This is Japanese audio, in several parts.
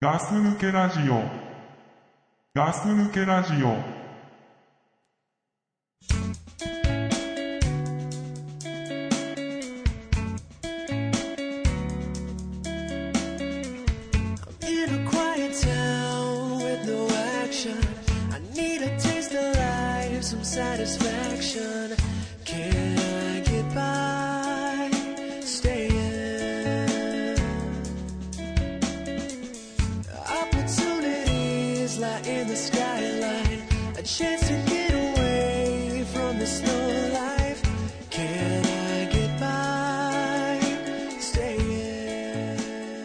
ガス抜けラジオ。ガス抜けラジオ。 Satisfaction. Can I get by staying? Opportunities lie in the skyline. A chance to get away from the slow life. Can I get by staying?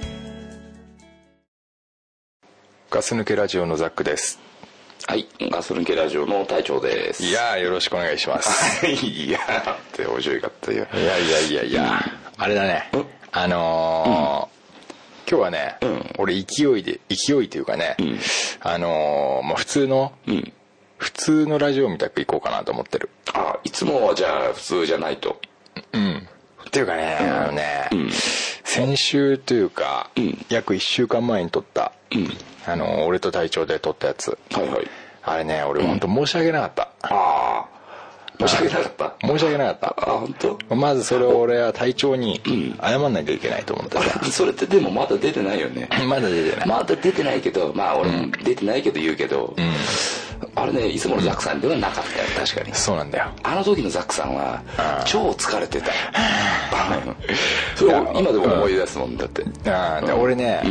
ガス抜けラジオのザックです。 はい、ガス抜けラジオの隊長です。 いやー、よろしくお願いします。 いやーって面白かったよ。 いや、あれだね、今日はね、俺勢いというかね、まあ、普通のラジオみたく行こうかなと思ってる。 あ、いつもはじゃあ普通じゃないと。 っていうかね、先週というか、約1週間前に撮った、俺と隊長で撮ったやつ、あれね、俺本当申し訳なかった。 申し訳なかった。 申し訳なかった。 本当？ まずそれを俺は隊長に謝んなきゃいけないと思ってさ。 それってでもまだ出てないよね。 まだ出てない。 まだ出てないけど、まあ俺も出てないけど言うけど、あれね、いつものザックさんではなかったよ、確かに。 そうなんだよ。 あの時のザックさんは超疲れてた。それを今でも思い出すもんだって。 俺ね、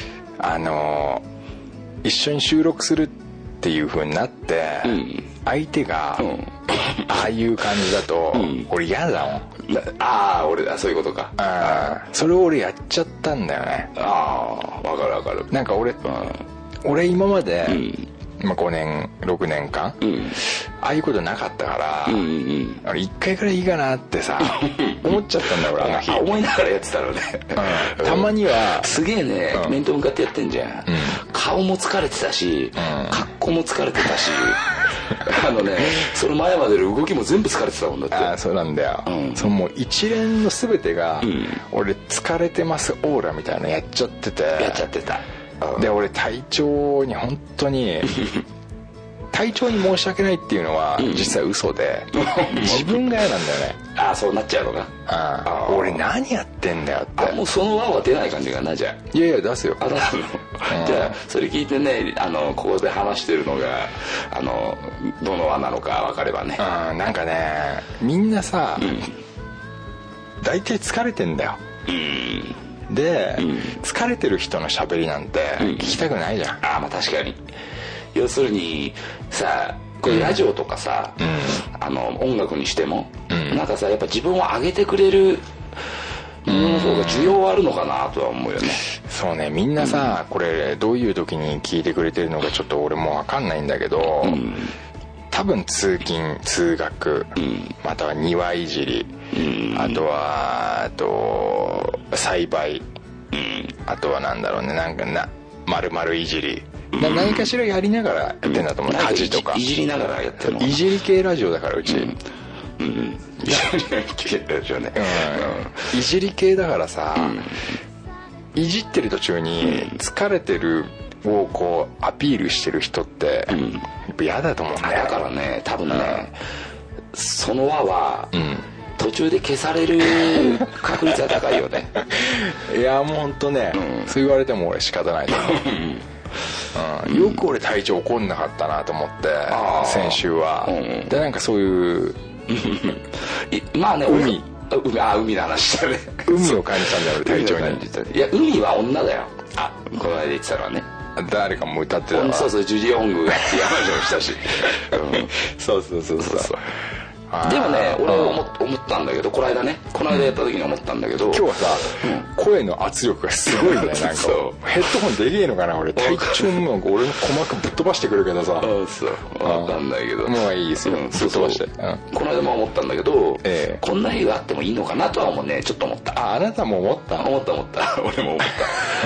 一緒に収録するっていう風になって、相手がああいう感じだと俺嫌だもん。 俺だ、そういうことか。 それを俺やっちゃったんだよね。 わかるわかる。 なんか俺今まで、5年6年間、ああいうことなかったから、俺1回くらいいいかなってさ思っちゃったんだ俺、あの日。 思いながらやってたのね。 たまにはすげえね、面と向かってやってんじゃん。顔も疲れてたし、格好も疲れてたし、その前までの動きも全部疲れてたもんだって。 そうなんだよ。そのもう一連の全てが、俺疲れてますオーラみたいなのやっちゃってて。で俺隊長に本当に隊長に申し訳ないっていうのは実際嘘で、自分が嫌なんだよね。 そうなっちゃうのか。 俺何やってんだよって。 もうその輪は出ない感じがな、じゃあ。 いや出すよ。 出すの。じゃあそれ聞いてね、ここで話してるのがどの輪なのか分かればね。 なんかね、みんなさ、大体疲れてんだよ。で、疲れてる人の喋りなんて聞きたくないじゃん。 まあ確かに。要するにさ、これラジオとかさ、音楽にしても、なんかさ、やっぱ自分を上げてくれるものの方が需要あるのかなとは思うよね。 そうね、みんなさ、これどういう時に聞いてくれてるのかちょっと俺も分かんないんだけど、多分通勤通学、または庭いじり、あとは栽培、あとはなんだろうね、なんか丸々いじり、何かしらやりながらやってんだと思う。家事とかいじりながらやってるの。 いじり系ラジオだからうち。 いじり系ラジオね。 いじり系だからさ、いじってる途中に疲れてるをこうアピールしてる人ってやっぱ嫌だと思うんだよ。 だからね、多分ね、その輪は途中で消される確率が高いよね。 いやもう本当ね、そう言われても俺仕方ないと思う。よく俺体調怒んなかったなと思って、先週は。でなんかそういうまあね、海の話だね。 海を感じたんだよ俺体調に。 いや、海は女だよ。この間言ってたのはね、 誰かも歌ってたわ。 そうそう、ジュディ・オングがっていう話もしたし。 そうでもね、俺思ったんだけど、この間やった時に思ったんだけど、 今日はさ、声の圧力がすごいね。なんかヘッドホンできねえのかな俺。体調も俺の鼓膜ぶっ飛ばしてくるけどさ。 分かんないけど、 もういいですよ、ぶっ飛ばして。 この間も思ったんだけど、こんな日があってもいいのかなとはもうね、ちょっと思った。 あなたも思った？ 思った俺も思った。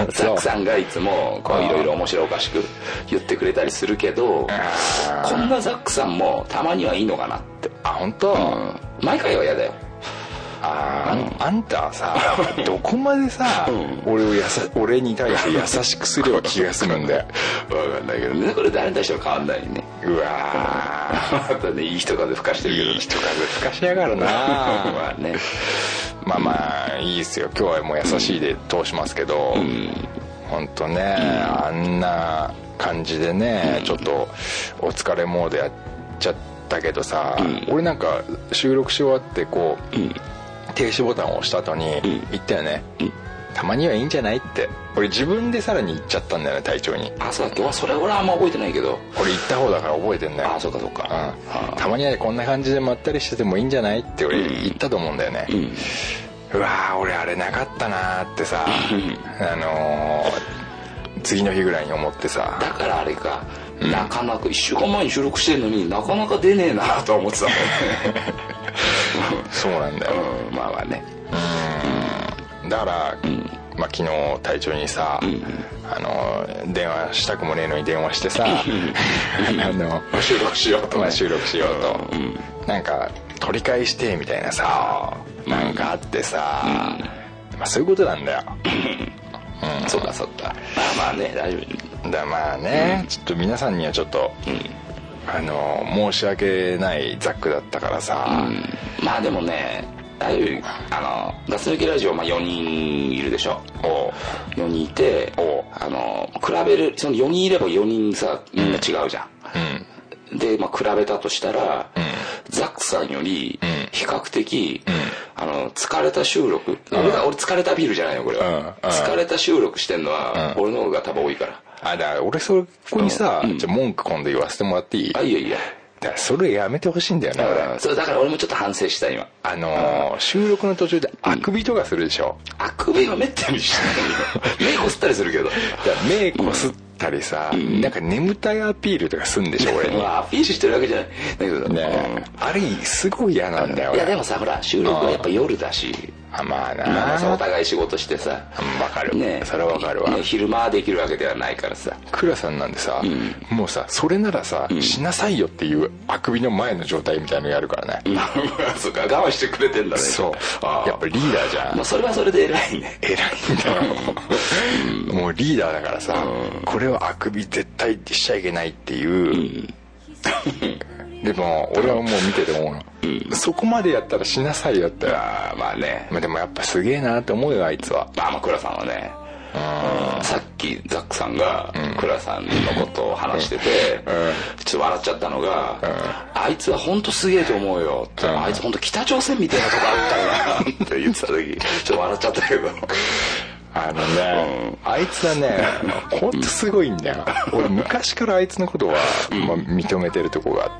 ザックさんがいつもこういろいろ面白おかしく言ってくれたりするけど、こんなザックさんもたまにはいいのかなって。 本当？ 毎回は嫌だよ。 あんたはさどこまでさ、俺に対して優しくすれば気が済むんだよ。 分かんないけどね、これ誰に対しても変わんないね。 うわまたね、いい人風吹かしてるけど、 いい人風吹かしやがるなまあね、 まあいいですよ、今日はもう優しいで通しますけど、本当ね、あんな感じでね、ちょっとお疲れモードやっちゃったけどさ、俺なんか収録し終わってこう、停止ボタンを押した後に言ったよね、たまにはいいんじゃないって。俺自分でさらに言っちゃったんだよね、隊長に。 あ、そうだっけ。それ俺はあんま覚えてないけど、 俺言った方だから覚えてんだよ。 あ、そうかそうか、 たまにはこんな感じでまったりしててもいいんじゃないって俺言ったと思うんだよね。うわー、俺あれなかったなーってさ次の日ぐらいに思ってさ。 だからあれか、なかなか1週間前に収録してんのになかなか出ねえなと思ってたもんね。 そうなんだよ、 まあまあね。 だから、まあ、昨日隊長にさ、電話したくもねえのに電話してさ収録しようと、 まあ、収録しようと、なんか取り返してみたいなさ、なんかあってさ、まあ、そういうことなんだよ。 そうかそうか。まあね、大丈夫だ。まあね、ちょっと皆さんにはちょっと、申し訳ないザックだったからさ、 まあでもね、ガス抜きラジオ、4人いるでしょ。4人いて、比べる、その4人いれば4人さ、みんな違うじゃん。で、比べたとしたら、ザックさんより比較的、疲れた収録、俺疲れたビールじゃないよこれは、疲れた収録してんのは俺の方が多分多いから。 だから俺そこにさ、じゃあ文句今度言わせてもらっていい？ あ、いいよいいよ。 だからそれやめてほしいんだよね、俺。 そうだから俺もちょっと反省した今。 収録の途中であくびとかするでしょ。 あくびはめったにしないよ。目こすったりするけど。 目こすったりさ、なんか眠たいアピールとかすんでしょ俺に。 アピールしてるわけじゃないだけどね、あれすごい嫌なんだよ。 いやでもさ、ほら収録はやっぱ夜だし、 まあな、 お互い仕事してさ、 わかるね、それはわかるわ。 昼間はできるわけではないからさ。 倉さんなんでさ、もうさ、それならさ、しなさいよっていうあくびの前の状態みたいのやるからね。 そうか、我慢してくれてんだね。 そう、やっぱリーダーじゃん。 まあそれはそれで偉いね。 偉いんだよ。もうリーダーだからさ、これはあくび絶対しちゃいけないっていう。でも俺はもう見てて思うの、そこまでやったらしなさいよって。 まあね、 でもやっぱすげえなって思うよ、あいつは。 倉さんはね、さっきザックさんが倉さんのことを話してて、ちょっと笑っちゃったのが、あいつは本当すげえと思うよって、あいつ本当北朝鮮みたいなとこあったよなって言ってた時ちょっと笑っちゃったけど。 あいつはね、ほんとすごいんだよ。俺昔からあいつのことは、認めてるとこがあって、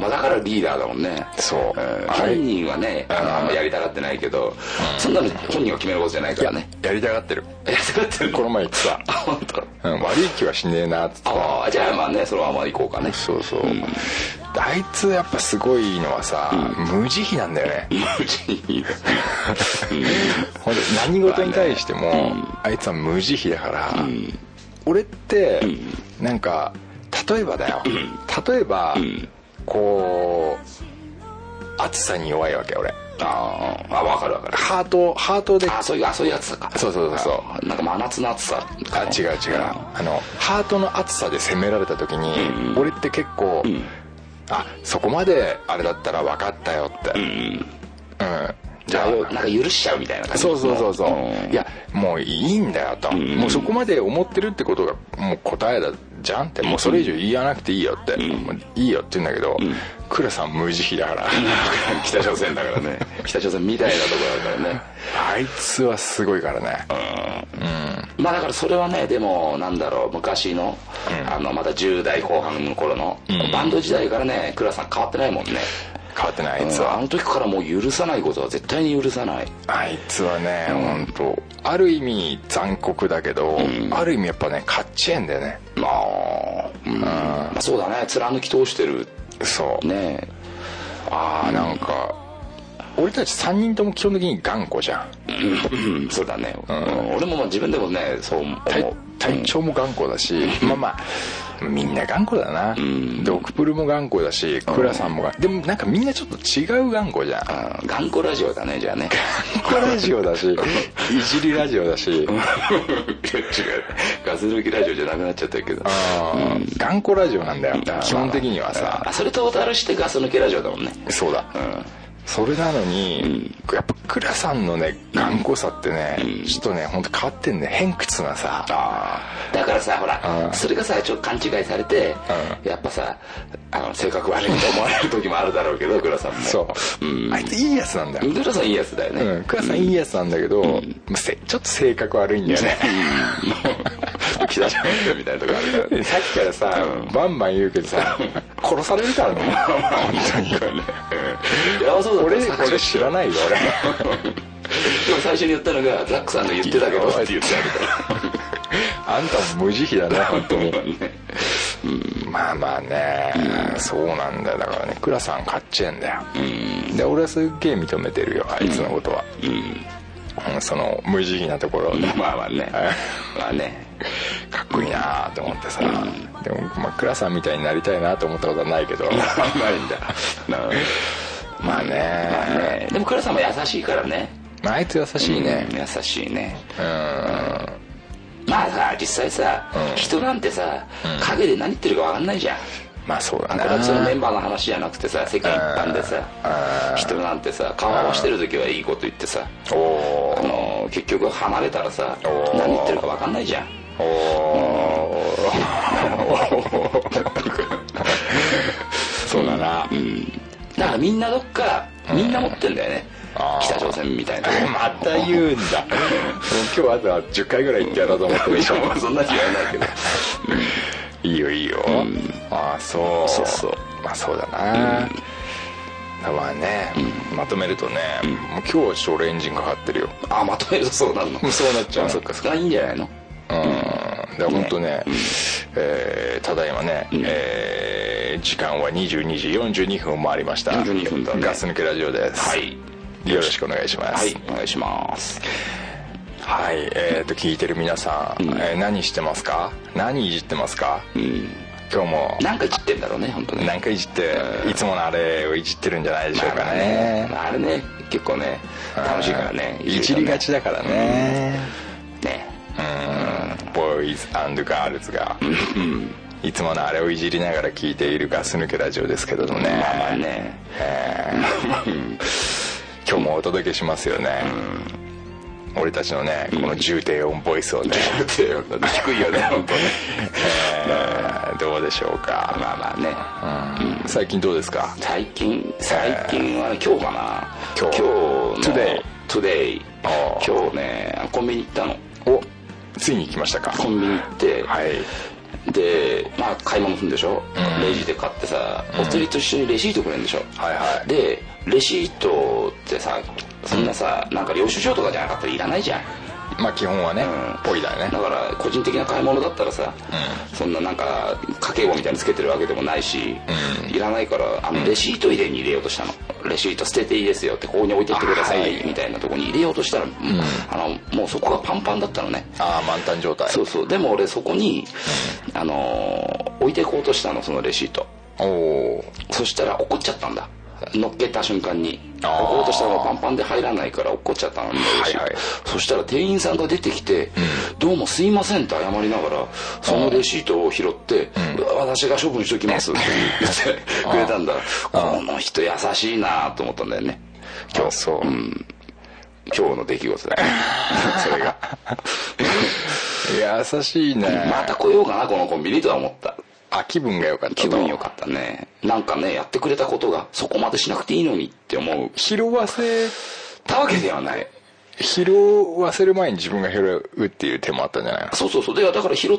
だからリーダーだもんね。 そう、 本人はね、あんまやりたがってないけど、そんなの本人が決めることじゃないからね。 やりたがってる。 やりたがってる。 この前言ってた。 本当。 悪い気はしねえなっつって。 じゃあまあね、そのまま行こうかね。 そうそう、あいつやっぱすごいのはさ、無慈悲なんだよね。 無慈悲。 ほんで何事に対しても、あいつは無慈悲だから、俺って、なんか例えばだよ、例えば、こう暑さに弱いわけ俺。 分かる分かる。 ハートで、 そういう暑さか。そうなんか真夏の暑さ。 違うハートの暑さで攻められた時に、俺って結構、そこまであれだったら分かったよって、 じゃあなんか許しちゃうみたいな感じ。 そういやもういいんだよと、もうそこまで思ってるってことがもう答えだじゃんって、もうそれ以上言わなくていいよって、もういいよって言うんだけど、倉さん無慈悲だから。 北朝鮮だからね。北朝鮮みたいなところだからね。 あいつはすごいからね。 まあだからそれはね、でもなんだろう、昔の、まだ10代後半の頃のバンド時代からね、倉さん変わってないもんね。 変わってない。あいつはあの時からもう許さないことは絶対に許さない。 あいつはね、本当ある意味残酷だけど、ある意味やっぱねかっちえんだよね。 そうだね、貫き通してる。 そうね。 なんか俺たち3人とも基本的に頑固じゃん。 そうだね。俺も自分でもねそう思う。 体調も頑固だし、 みんな頑固だな。ドクプルも頑固だし、倉さんもでもなんかみんなちょっと違う頑固じゃん。 頑固ラジオだね、じゃあね。 頑固ラジオだし、いじりラジオだし。違う。 ガス抜きラジオじゃなくなっちゃったけど。 頑固ラジオなんだよ。基本的にはさ。 それトータルしてガス抜きラジオだもんね。 そうだ。それなのに、やっぱ倉さんのね頑固さってね、ちょっとね本当変わってんね。偏屈なさ。 だからさほら、それがさちょっと勘違いされて、やっぱさ性格悪いと思われる時もあるだろうけど、倉さんも。 そう、あいついいやつなんだよ。 倉さんいいやつだよね。 倉さんいいやつなんだけど、ちょっと性格悪いんだよね。 北島君みたいなとこあるから。 さっきからさ、バンバン言うけどさ、殺されるからね。本当に。俺知らないよ俺。 でも最初に言ったのがザックさんが言ってたけどって言ってあるから。 あんたも無慈悲だね本当に。まあまあね、そうなんだよ。だからね倉さんかっちえんだよ。で俺はすっげえ認めてるよ、あいつのことは。その無慈悲なところをね。 まあねまあねかっこいいなと思ってさ。でも倉さんみたいになりたいなと思ったことはないけど。ないんだ。まあね。 でも倉さんも優しいからね。 あいつ優しいね。 優しいね。まあさ実際さ、人なんてさ陰で何言ってるか分かんないじゃん。 まあそうだね。 これはそのメンバーの話じゃなくてさ、世間一般でさ人なんてさ顔合わしてる時はいいこと言ってさ、結局離れたらさ何言ってるか分かんないじゃん。 そうだな。 だからみんなどっかみんな持ってんだよね、北朝鮮みたいな。 また言うんだ。今日あとは10回ぐらい言ってやろうと思ってるでしょ。 そんな気はないけど。 いいよいいよ。ああそう。まあそうだな。まあね、まとめるとね、もう今日はちょっと俺エンジンかかってるよ。 まとめるとそうなるの。 そうなっちゃう。 そっかそれはいいんじゃないの。 だから本当ね、ただいまね、時間は22時42分を回りました。 42分だね。 ガス抜けラジオです。 はい。 よろしくお願いします。 はい、お願いします。 はい、聞いてる皆さん、何してますか？何いじってますか？今日もなんかいじってんだろうね、本当ね。 なんかいじって、いつものあれをいじってるんじゃないでしょうかね。 あれね、結構ね、楽しいからね。 いじりがちだからね。 ね。 ボーイズ&ガールズがいつものあれをいじりながら聞いているガス抜けラジオですけどもね。 まあね。 今日もお届けしますよね。俺たちのねこの重低音ボイスをね。 低いよね本当ね。 どうでしょうか。 まあね。 最近どうですか？ 最近は今日かな。今日Today 今日ねコンビニ行ったの。 お、ついに行きましたか。 コンビニ行って、で買い物するんでしょ、レジで買ってさ、お釣りと一緒にレシートくれるんでしょ。でレシートってさそんなさ、なんか領収書とかじゃなかったらいらないじゃん。 まあ基本はね、ぽいだよね。 だから個人的な買い物だったらさ、そんななんか家計簿みたいにつけてるわけでもないし、いらないからレシート入れに入れようとしたの。レシート捨てていいですよってここに置いてってくださいみたいなとこに入れようとしたら、もうそこがパンパンだったのね。 満タン状態。 そう。でも俺そこに置いていこうとしたの、そのレシート。そしたら怒っちゃったんだ。乗っけた瞬間に置こうとしたらパンパンで入らないから落っこっちゃったのね。そしたら店員さんが出てきて、どうもすいませんって謝りながらそのレシートを拾って、私が処分しときますって言ってくれたんだ。この人優しいなと思ったんだよね今日。今日の出来事だよそれが優しいね。 また来ようかなこのコンビニとは思った。 気分が良かった。 気分良かったね。なんかねやってくれたことがそこまでしなくていいのにって思う。 拾わせたわけではない。 拾わせる前に自分が拾うっていう手もあったんじゃないの。 そうでだから拾って、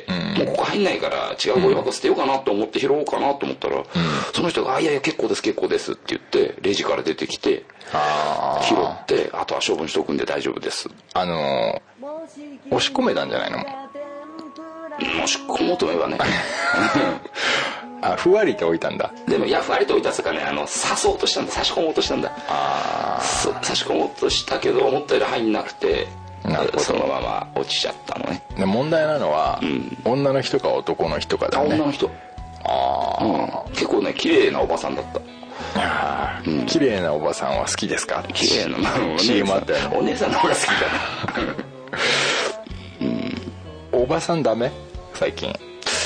もうここ入んないから違うゴミ箱捨てようかなと思って拾おうかなと思ったら、その人が「いや結構です」って言ってレジから出てきて拾って「あとは処分しとくんで大丈夫です」 押し込めたんじゃないの。 もし込もうと思えばねふわりと置いたんだ。 でもふわりと置いたっつうかね刺そうとしたんだ。差し込もうとしたんだ。差し込もうとしたけど思ったより入んなくて、 なるほど。 そのまま落ちちゃったのね。 で問題なのは、女の人か男の人かだよね。 女の人。結構ね綺麗なおばさんだった。 綺麗なおばさんは好きですか？ 綺麗な CMあったよね。 お姉さんの方が好きだな。 おばさんダメ？最近。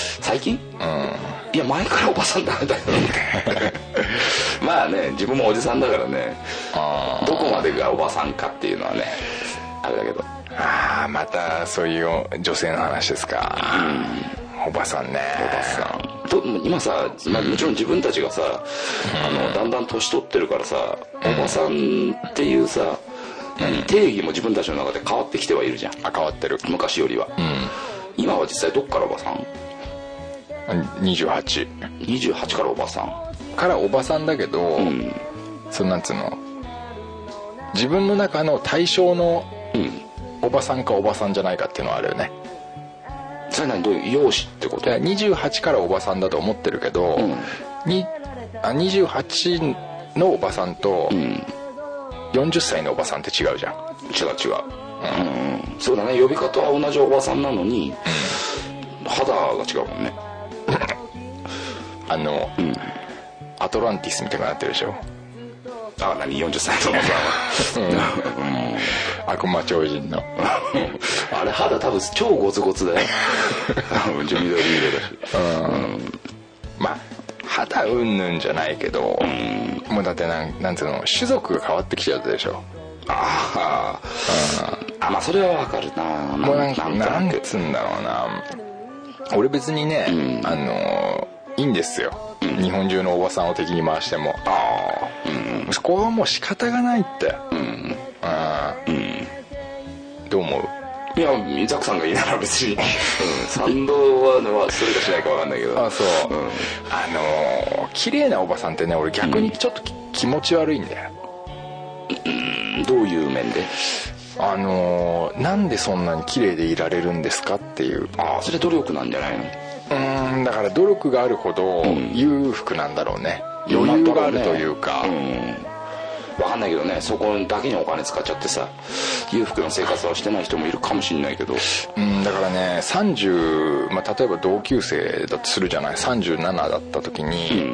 いや前からおばさんダメだよ。まあね自分もおじさんだからね、どこまでがおばさんかっていうのはねあれだけど。 またそういう女性の話ですか。おばさんね。 おばさん今さ、もちろん自分たちがさ、だんだん年取ってるからさ、おばさんっていうさ、定義も自分たちの中で変わってきてはいるじゃん。 変わってる。 昔よりは。今は実際どっからおばさん？28からおばさんからおばさんだけど、そのなんつうの、自分の中の対象のおばさんかおばさんじゃないかっていうのはあるよね。 それ何どういう容姿ってこと？ 28からおばさんだと思ってるけど、28のおばさんと40歳のおばさんって違うじゃん。 違う、そうだね。呼び方は同じおばさんなのに、肌が違うもんね。 アトランティスみたいになってるでしょ。 何40歳のおばさんは。 悪魔超人のあれ肌多分超ゴツゴツだよ。緑色だし。 まあ肌うんぬんじゃないけど、もうだってなんつうの、種族が変わってきちゃうでしょ。 まあそれはわかるな。 もうなんつうんだろうな。俺別にね、いいんですよ、日本中のおばさんを敵に回しても。そこはもう仕方がないって。どう思う？ いやザクさんがいいなら別に賛同はそれかしないか分かんないけど。 そう、綺麗なおばさんってね、俺逆にちょっと気持ち悪いんだよ。 どういう面で？ なんでそんなに綺麗でいられるんですかっていう。 それ努力なんじゃないの？ だから努力があるほど裕福なんだろうね。余裕があるというか。 分かんないけどね、そこだけにお金使っちゃってさ、裕福な生活はしてない人もいるかもしれないけど。 だからね、30、例えば同級生だとするじゃない。37だった時に、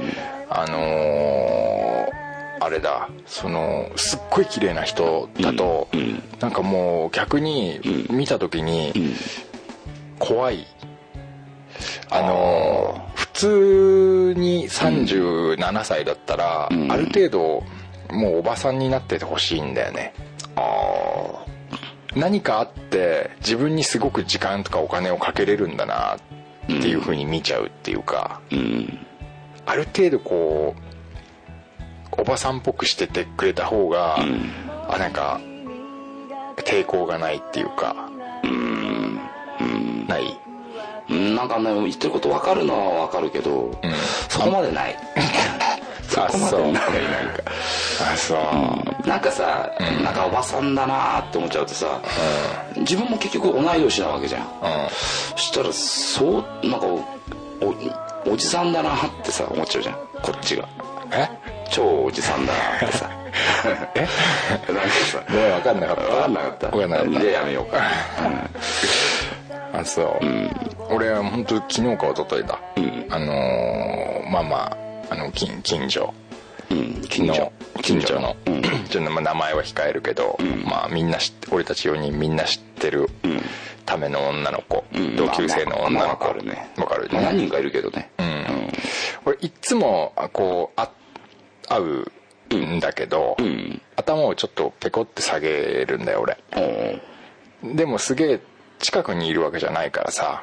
あれだ、すっごい綺麗な人だと、なんかもう逆に見た時に怖い。普通に37歳だったら、ある程度もうおばさんになっててほしいんだよね。何かあって自分にすごく時間とかお金をかけれるんだなっていう風に見ちゃうっていうか、ある程度こうおばさんっぽくしててくれた方が、なんか抵抗がないっていうか、ない。 なんかね、言ってること分かるのは分かるけど、そこまでない。そこまでない。なんかさ、なんかおばさんだなって思っちゃうとさ、自分も結局同い年なわけじゃん。そしたらなんかおじさんだなってさ思っちゃうじゃん、こっちが。超おじさんだなってさ。なんかさ、 分かんなかったじゃあやめようか。 俺は本当昨日か一昨日だ、近所の、ちょっと名前は控えるけど、みんな俺たち4人みんな知ってるための女の子、同級生の女の子。 分かるね。 何人かいるけどね。 俺いつもこう会うんだけど、頭をちょっとペコって下げるんだよ俺。でもすげえ近くにいるわけじゃないからさ、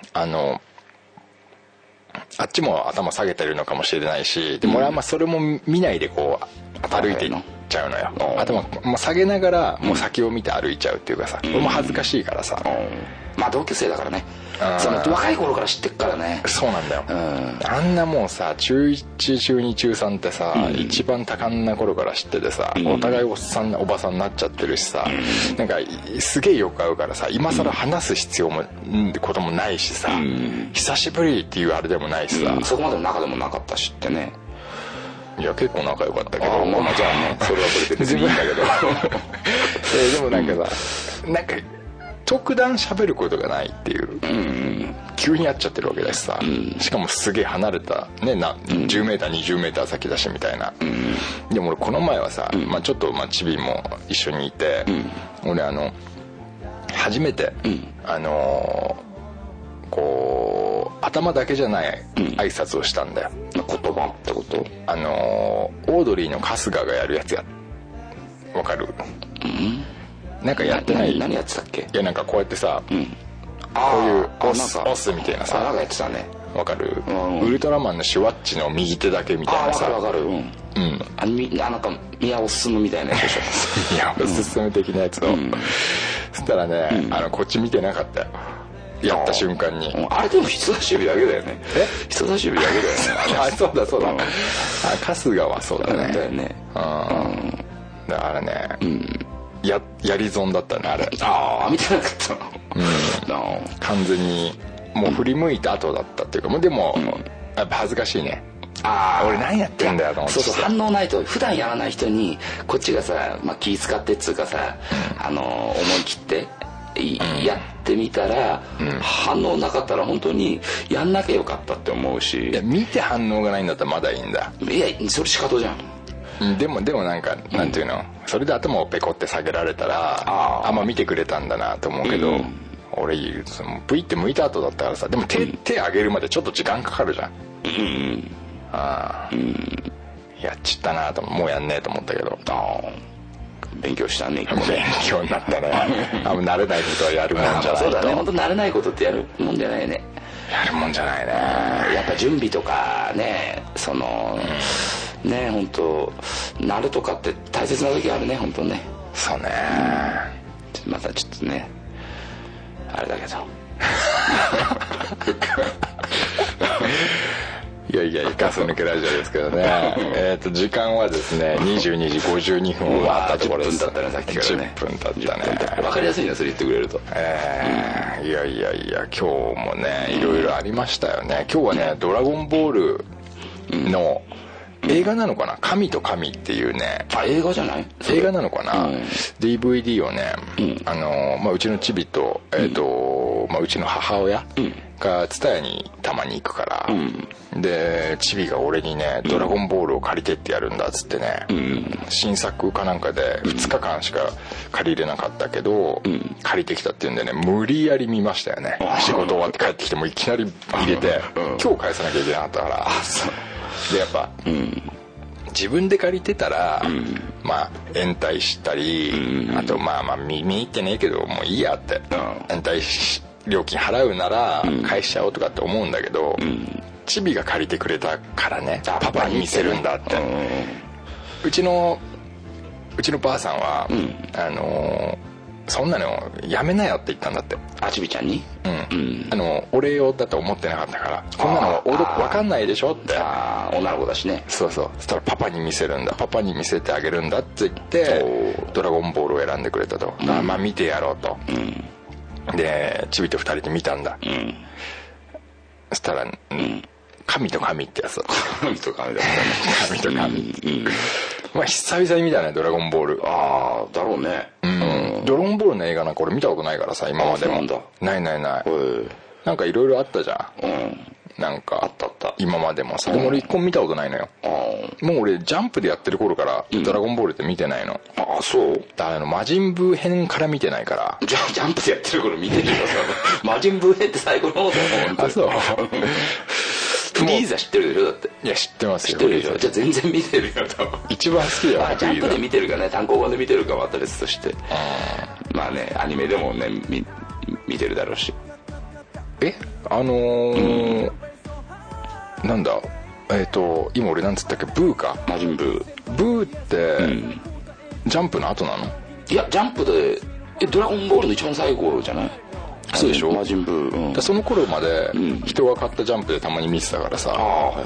あっちも頭下げてるのかもしれないし、でも俺はそれも見ないでこう歩いていっちゃうのよ。頭もう下げながらもう先を見て歩いちゃうっていうかさ、俺も恥ずかしいからさ。 同級生だからね。若い頃から知ってっからね。 そうなんだよ。あんなもうさ、中1中2中3ってさ、一番多感な頃から知っててさ、お互いおばさんになっちゃってるしさ、なんかすげえよく会うからさ、今更話す必要もこともないしさ、久しぶりっていうあれでもないしさ、 そこまでの仲でもなかったしってね。 いや結構仲良かったけど、 まあじゃあねそれはそれで別にいいんだけどでもなんかさ、なんか特段喋ることがないっていう、急に会っちゃってるわけだしさ、しかもすげえ離れたね、10メーター20メーター先だしみたいな、でも俺この前はさ、まあちょっとチビも一緒にいて、俺初めて、こう頭だけじゃない挨拶をしたんだよ、 言葉ってこと？ オードリーの春日がやるやつや、わかる？なんかやってない？ 何やってたっけ？ いやなんかこうやってさ、こういうオスみたいなさ、 なんかやってたね。 わかる？ウルトラマンのシュワッチの右手だけみたいなさ、 わかる。なんか宮尾進みたいなやつでしょ。 宮尾進的なやつを、そしたらね、こっち見てなかったよ、やった瞬間に。 あれでも人差し指だけだよね。人差し指だけだよね。 あ、そうだそうだ、春日はそうだね。 だよね。 だからね、やり損だったねあれ。 見てなかったの。 完全にもう振り向いた後だったっていうか、でもやっぱ恥ずかしいね。俺何やってんだよと思って。 そう反応ないと、普段やらない人にこっちがさ、気使ってっつうかさ、思い切ってやってみたら、反応なかったら本当にやんなきゃよかったって思うし。 いや見て反応がないんだったらまだいいんだ。 いやそれ仕方じゃん。でもなんかなんていうの、それで頭をペコって下げられたら見てくれたんだなと思うけど、俺ブイって向いた後だったからさ、でも手上げるまでちょっと時間かかるじゃん。やっちったなと、もうやんねえと思ったけど。 勉強したね。 勉強になったね。慣れないことはやるもんじゃないと。 そうだね、本当慣れないことってやるもんじゃないね。 やるもんじゃないね。 やっぱ準備とかね、ね、本当慣れとかって大切な時あるね、本当ね。 そうね。 またちょっとね、あれだけど。 いやガス抜けラジオですけどね。時間はですね22時52分を回ったところです。 10分経ったね、さっきからね。 10分経ったね。 分かりやすいな、それ言ってくれると。 いや今日もねいろいろありましたよね。今日はねドラゴンボールの映画なのかな、神と神っていうね。 映画じゃない？ 映画なのかな、DVD をね、うちのチビとうちの母親がTSUTAYAにたまに行くから、でチビが俺にねドラゴンボールを借りてってやるんだっつってね、新作かなんかで2日間しか借りれなかったけど、借りてきたっていうんでね、無理やり見ましたよね。仕事終わって帰ってきてもいきなり入れて、今日返さなきゃいけなかったから。でやっぱ、自分で借りてたら、延滞したり、あと見に行ってねえけどもういいやって、延滞料金払うなら返しちゃおうとかって思うんだけど、チビが借りてくれたからね、パパに見せるんだって。うちのばあさんは、そんなのやめなよって言ったんだって。 ちびちゃんに？ 俺用だと思ってなかったから、こんなの分かんないでしょって。 女の子だしね。 そうそしたらパパに見せるんだ、パパに見せてあげるんだって言ってドラゴンボールを選んでくれたと。見てやろうと。でチビと2人で見たんだ。そしたら神と神ってやつだった。 神と神だったね。 神と神。久々に見たねドラゴンボール。 だろうね。 ドラゴンボールの映画なんか俺見たことないからさ、今までも。ない。なんかいろいろあったじゃん。なんかあった今までもさ。でも俺一個も見たことないのよ。もう俺ジャンプでやってる頃からドラゴンボールって見てないの。 そうだから魔人ブー編から見てないから。 ジャンプでやってる頃見てるよ。魔人ブー編って最後の方だもん。 そう。 フリーザ知ってるでしょだって。 いや知ってますよ。 知ってるでしょ。じゃあ全然見てるよ多分。 一番好きだよ。 ジャンプで見てるかね、単行本で見てるかは別として、アニメでもね見てるだろうし。 なんだ今俺なんつったっけ、ブーか。 魔人ブーって、ジャンプの後なの？ いやジャンプでドラゴンボールの一番最後じゃない？ そうでしょ。 魔人ブー、 その頃まで人が買ったジャンプでたまに見てたからさ。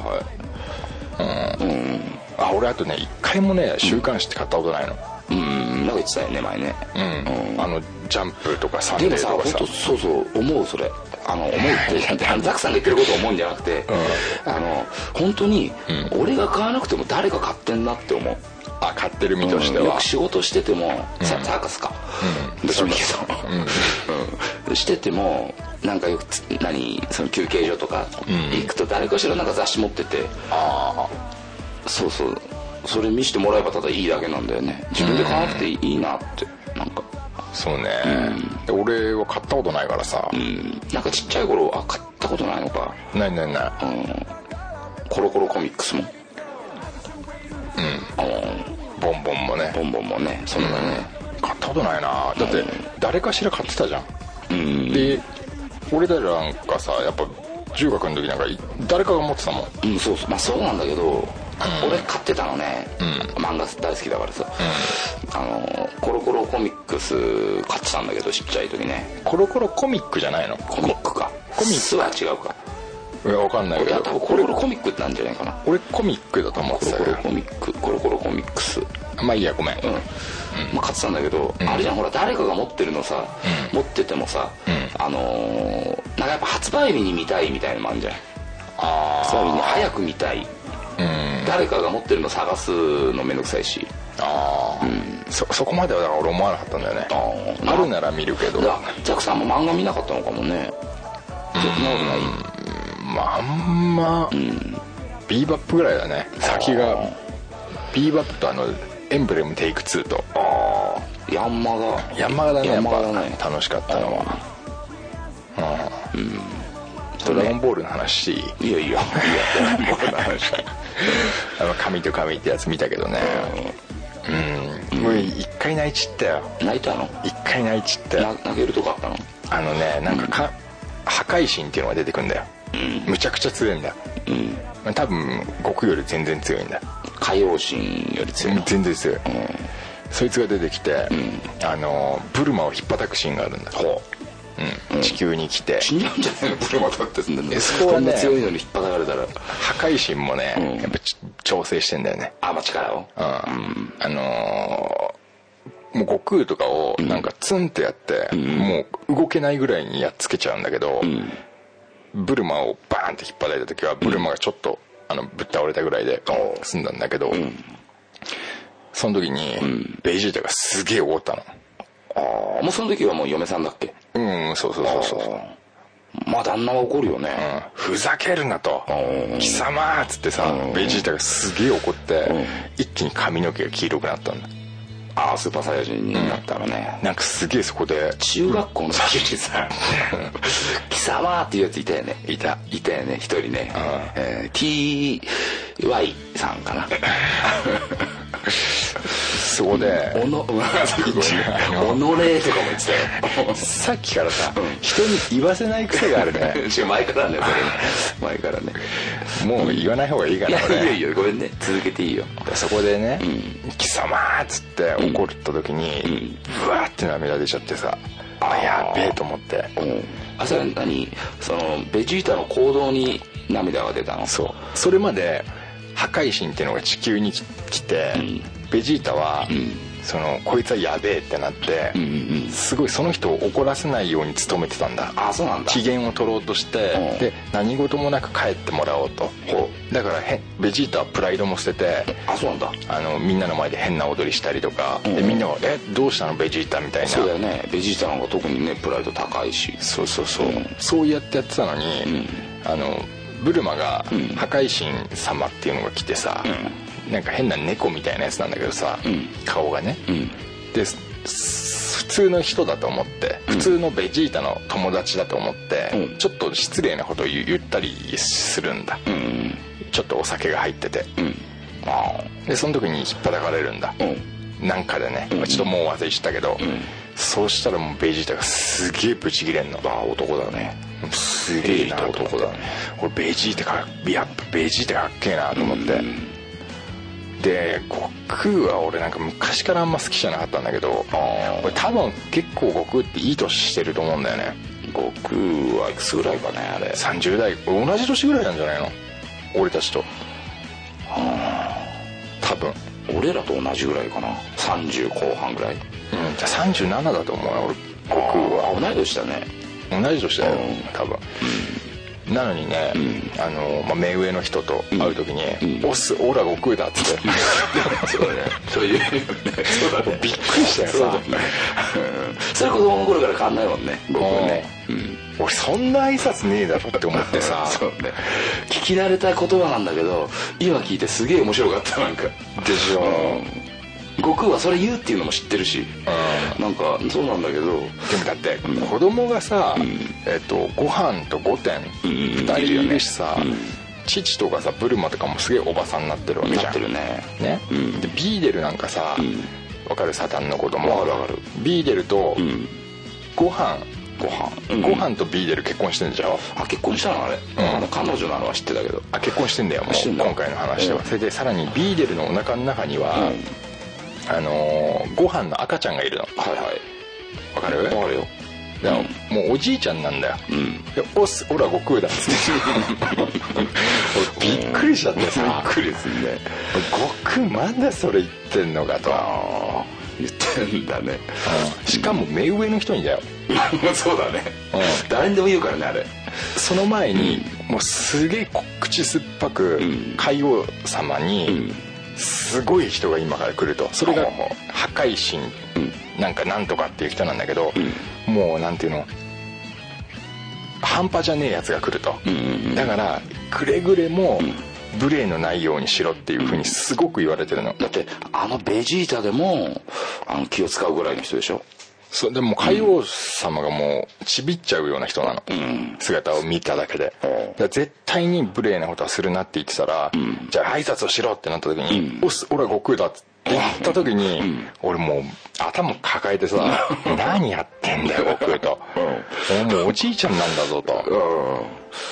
俺あとね一回もね週刊誌って買ったことないの。 なんか言ってたよね前ね。 ジャンプとかサンデーとかさ。 でもさそう思うそれ。 思うってザクさんが言ってることを思うんじゃなくて、本当に俺が買わなくても誰か買ってんなって思う。 買ってる身としては、 よく仕事してても、サーカスかどっちもいいけど、しててもなんかよくその休憩所とか行くと誰かしらなんか雑誌持ってて、そうそう、それ見せてもらえばただいいだけなんだよね。自分で買わなくていいなって。なんかそうね、俺は買ったことないからさ、 なんかちっちゃい頃買ったことないのか。 ない、 コロコロコミックスも、 ボンボンもね、 それだね、 買ったことないな。だって誰かしら買ってたじゃん、で俺たちなんかさ、やっぱ中学の時なんか誰かが持ってたもん。 そうそう、まあそうなんだけど、俺買ってたのね、漫画大好きだからさ、コロコロコミックス買ってたんだけど、ちっちゃい時ね。 コロコロコミックじゃないの？ コミックか、コミックは違うか。 いや、わかんないけど、 多分コロコロコミックってなんじゃないかな。 俺コミックだと思ってたよ。 コロコロコミックス、 まあいいや、ごめん。 まあ買ってたんだけど、あれじゃん、ほら誰かが持ってるのさ、持っててもさ、なんかやっぱ発売日に見たいみたいなのもあるじゃん。発売日に早く見たい、誰かが持ってるの探すのめんどくさいし、 そこまではだから俺思わなかったんだよね。あるなら見るけど。 ザクさんも漫画見なかったのかもね。そんなことない。 まああんま、ビーバップぐらいだね。先がビーバップとエンブレムテイク2と、 ヤンマガだね。やっぱ楽しかったのは、ドラゴンボールの話していい？ いやドラゴンボールの話紙と紙ってやつ見たけどね、もう一回泣いちったよ。 泣いたの？ 一回泣いちったよ。 泣けるとこあったの？ なんか破壊神っていうのが出てくんだよ。むちゃくちゃ強いんだよ。多分悟空より全然強いんだよ。 海王神より強いの？ 全然強い。そいつが出てきて、ブルマを引っ叩くシーンがあるんだ。地球に来て死んじゃうんじゃないの？ブルマだってすんだね。 そこはね、 こんな強いのに引っ叩かれたら。 破壊神もね、やっぱ調整してんだよね。 まあ力を。 もう悟空とかをなんかツンってやって、もう動けないぐらいにやっつけちゃうんだけど、ブルマをバーンって引っ張られた時はブルマがちょっとぶっ倒れたぐらいで済んだんだけど、その時にベジータがすげえ怒ったの。 もうその時はもう嫁さんだっけ？ そう。 まあ旦那は怒るよね。 ふざけるなと、貴様っつってさ、ベジータがすげえ怒って、一気に髪の毛が黄色くなったんだ。 スーパーサイヤ人になったらね、 なんかすげえそこで中学校の時にさ、貴様っていうやついたよね。いたよね、一人ね。TY さんかな。 そこでおのれとかも言ってたよ。 さっきからさ、人に言わせない癖があるね。 前からね、前からね。 もう言わない方がいいかな。 いやごめんね、続けていいよ。 そこでね、貴様っつって怒った時にブワーって涙出ちゃってさ、やべえと思って。 それ何、そのベジータの行動に涙が出たの？ そう、それまで破壊神っていうのが地球に来て、ベジータは、こいつはやべえってなって、すごいその人を怒らせないように努めてたんだ。 そうなんだ。 機嫌を取ろうとして、で何事もなく帰ってもらおうと。だからベジータはプライドも捨てて、 そうなんだ。 みんなの前で変な踊りしたりとか、でみんながどうしたのベジータみたいな。 そうだよね、ベジータなんか特にねプライド高いし。 そうやってやってたのに、ブルマが破壊神様っていうのが来てさ、なんか変な猫みたいなやつなんだけどさ、顔がね、で普通の人だと思って、普通のベジータの友達だと思って、ちょっと失礼なことを言ったりするんだ、ちょっとお酒が入ってて、でその時に引っ叩かれるんだ、なんかでね、ちょっともう忘れちゃったけど、そうしたらもうベジータがすげえブチギレんの。 男だね、 すげえなと思って、 男だね。 俺ベジータかっけえなと思って、で悟空は俺なんか昔からあんま好きじゃなかったんだけど、俺多分結構悟空っていい年してると思うんだよね。 悟空はいくつぐらいかね、あれ。 30代、同じ年ぐらいなんじゃないの俺たちと。多分俺らと同じぐらいかな、30後半ぐらい。 じゃあ37だと思うよ俺、悟空は。 同い年だね。 同じ年だよ、多分、なのにね、目上の人と会う時に「オスオラ悟空だ」っつってそうだね、そういうね、そうだね、 びっくりしたよさ。 それ子供の頃から変わんないもんね、僕はね。 俺そんな挨拶ねえだろって思ってさそうね、聞き慣れた言葉なんだけど今聞いてすげえ面白かった。なんかでしょ、 悟空はそれ言うっていうのも知ってるし、なんかそうなんだけど、 でもだって子供がさ、ご飯と5点2人いるしさ、父とかさブルマとかもすげえおばさんになってるわけじゃん。 なってるね。 でビーデルなんかさ、わかる？サタンの子供。 わかる。 ビーデルとご飯とビーデル結婚してんじゃん。 あ、結婚したのあれ。彼女なのは知ってたけど。 あ、結婚してんだよもう今回の話では。それでさらにビーデルのお腹の中にはご飯の赤ちゃんがいるの。 はいはい。 わかる？ わかるよ。 だからもうおじいちゃんなんだよ。でオスオラ悟空だっつってびっくりしちゃってさ。 びっくりですね。 悟空まだそれ言ってんのかと。 言ってんだね。 しかも目上の人にだよ。 そうだね。誰にでも言うからねあれ。 その前にもうすげえ口酸っぱく海王様にすごい人が今から来ると。それが破壊神なんかなんとかっていう人なんだけど、もうなんていうの、半端じゃねえやつが来ると。だからくれぐれも無礼のないようにしろっていう風にすごく言われてるの。 だってベジータでも気を使うぐらいの人でしょ。 そう、でも海王様がもうちびっちゃうような人なの、姿を見ただけで。だから絶対に無礼なことはするなって言ってたら、じゃあ挨拶をしろってなった時に「おっす、俺は悟空だ」っつって言った時に、俺もう頭抱えてさ「何やってんだよ悟空」と「もうおじいちゃんなんだぞ」と。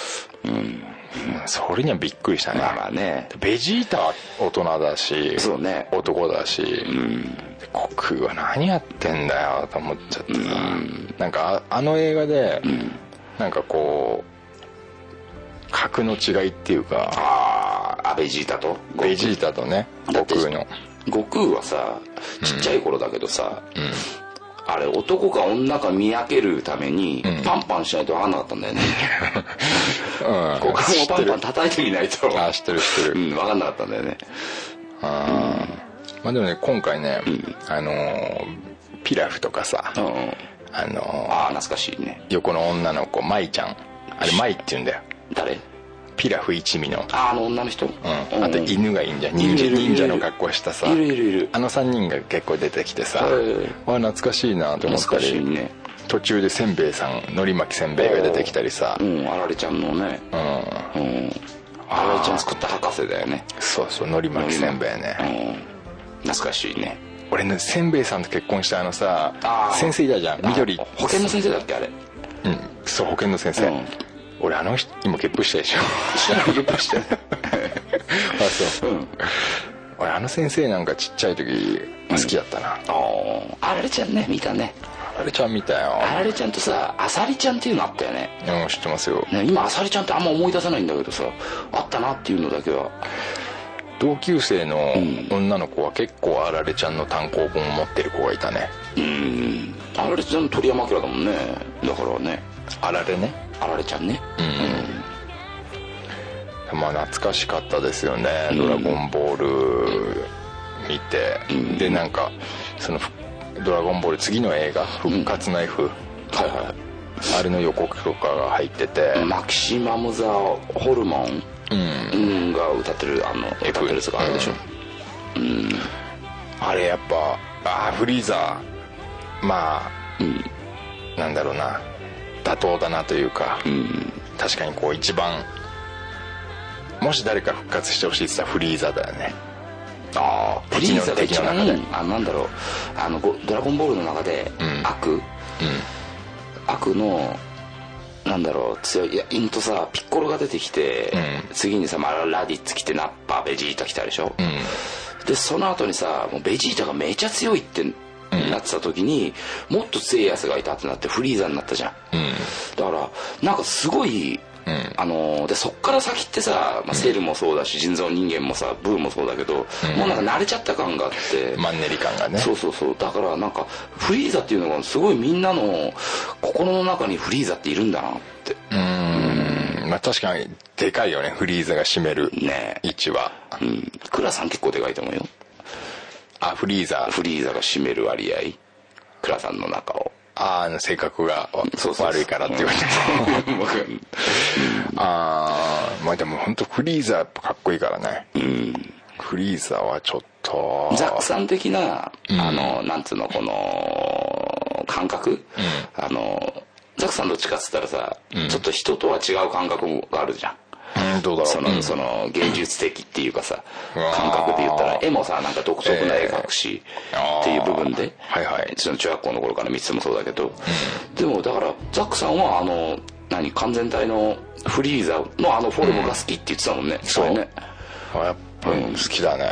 それにはびっくりしたね。 まあね、 ベジータは大人だし、 そうね、 男だし、悟空は何やってんだよと思っちゃってさ、なんかあの映画で、なんかこう格の違いっていうか、 ベジータとベジータとね、悟空の。 悟空はさちっちゃい頃だけどさ、あれ男か女か見分けるためにパンパンしないと分かんなかったんだよね。悟空もパンパン叩いてみないと。 知ってる分かんなかったんだよね。 まあでもね今回ね、ピラフとかさ、 懐かしいね。 横の女の子舞ちゃん、あれ舞って言うんだよ。 誰？ ピラフ一味の女の人。 あと犬がいいんじゃん。忍者の格好したさ、 いる 3人が結構出てきてさ、懐かしいなと思ったり、途中でせんべいさん、のり巻きせんべいが出てきたりさ、 あられちゃんのね、あられちゃん作った博士だよね。 そうそう、のり巻きせんべいね、 懐かしいね。 俺ねせんべいさんと結婚したさ先生いたじゃん、緑。 保健の先生だっけあれ。 そう、保健の先生。俺人今ゲップしたでしょ。 ゲップしてる。 そう、俺先生なんかちっちゃい時好きだったな。 あられちゃんね、見たね。 あられちゃん見たよ。 あられちゃんとさあさりちゃんっていうのあったよね。 知ってますよ、 今あさりちゃんってあんま思い出せないんだけどさ、あったなっていうのだけは。 同級生の女の子は結構あられちゃんの単行本を持ってる子がいたね。 あられちゃん鳥山明だもんね。だからね、 あられね、 あられちゃんね。 まあ懐かしかったですよね、ドラゴンボール見て。でなんかそのドラゴンボール次の映画復活の F、あれの予告とかが入ってて、 マキシマム・ザ・ホルモンが歌ってる歌ってるやつがあるでしょ。 あれやっぱフリーザまあ、なんだろうな、妥当だなというか、確かにこう一番もし誰か復活してほしいって言ったらフリーザだよね。 フリーザが一番なんだろう、ドラゴンボールの中で悪のなんだろう強い、さピッコロが出てきて、次にさラディッツ来てナッパベジータ来たでしょ。でその後にさもうベジータがめちゃ強いってなってた時に、もっと強いやつがいたってなってフリーザになったじゃん。だからなんかすごいでそっから先ってさ、セルもそうだし人造人間もさブーもそうだけど、もうなんか慣れちゃった感があってマンネリ感がね。 そうだからなんかフリーザっていうのがすごいみんなの心の中にフリーザっているんだなって。 まあ確かにでかいよね、フリーザが占める位置は。 クラさん結構でかいと思うよ。 フリーザが占める割合、クラさんの中を。 性格が悪いからって言われてまあでも本当フリーザやっぱかっこいいからね。フリーザはちょっとザックさん的ななんつうのこの感覚、ザックさんどっちかっつったらさ、ちょっと人とは違う感覚があるじゃん。 どうだろう。 その芸術的っていうかさ、感覚で言ったら絵もさなんか独特な絵描くしっていう部分で、その中学校の頃から見ててもそうだけど、でもだからザックさんは完全体のフリーザのフォルムが好きって言ってたもんね。 そうね。やっぱり好きだね。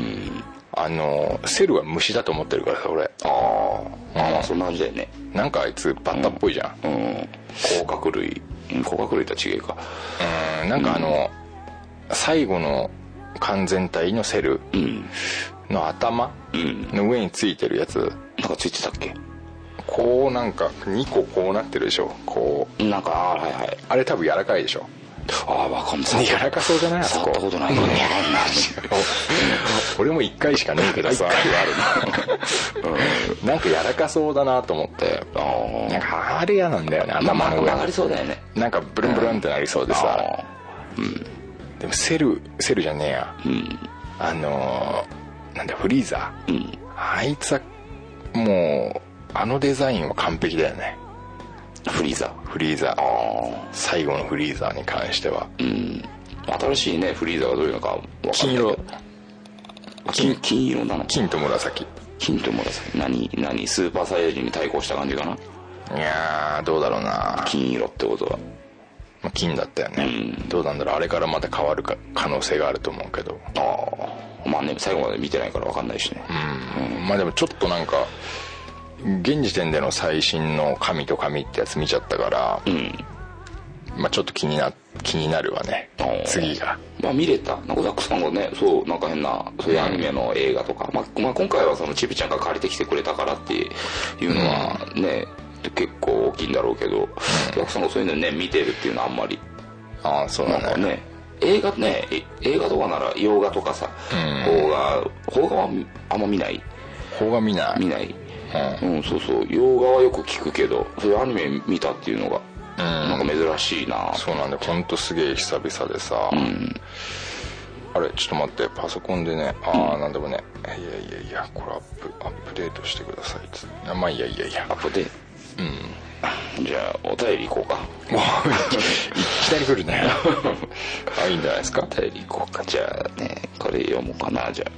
セルは虫だと思ってるからさ俺。 そんな感じだよね。 なんかあいつバッタっぽいじゃん。 甲殻類とは違うか。 なんか最後の完全体のセルの頭の上についてるやつ、 なんかついてたっけ。 こうなんか2個こうなってるでしょ。こうなんかあれ多分柔らかいでしょ。 わかんない。 柔らかそうじゃない？あそこ触ったことないからね。 俺も1回しかねえけどさ。なんか柔らかそうだなと思って。なんかあれ嫌なんだよね。頭の上曲がりそうだよね。 なんかブルンブルンってなりそうでさ。でもセルじゃねえや。なんだフリーザ。あいつはもうデザインは完璧だよね。フリーザ最後のフリーザに関しては。 新しいねフリーザがどういうのか分かんないけど。金色なの。 金と紫。 何スーパーサイヤ人に対抗した感じかな。 いやーどうだろうな。 金色ってことは金だったよね。どうなんだろう。あれからまた変わる可能性があると思うけど。 まあね最後まで見てないから分かんないしね。 まあでもちょっとなんか現時点での最新の神と神ってやつ見ちゃったから、まあちょっと気になるわね次が。 まあ見れたなんかザックさんがねなんか変なそういうアニメの映画とか、まあ今回はそのちびちゃんが借りてきてくれたからっていうのはね、結構大きいんだろうけど、ザックさんがそういうのね見てるっていうのはあんまり。 そうだね。 映画とかなら洋画とかさ、邦画はあんま見ない。 邦画見ない。 洋画はよく聞くけどそういうアニメ見たっていうのがなんか珍しいな。 そうなんだよ。ほんとすげえ久々でさ、あれちょっと待って、パソコンでねなんでもねいやこれアップデートしてくださいっつって。まあいやアップデート。じゃあお便り行こうか。 いきなり来るね。いいんじゃないですか。 お便り行こうか。じゃあねこれ読もうかな。じゃあ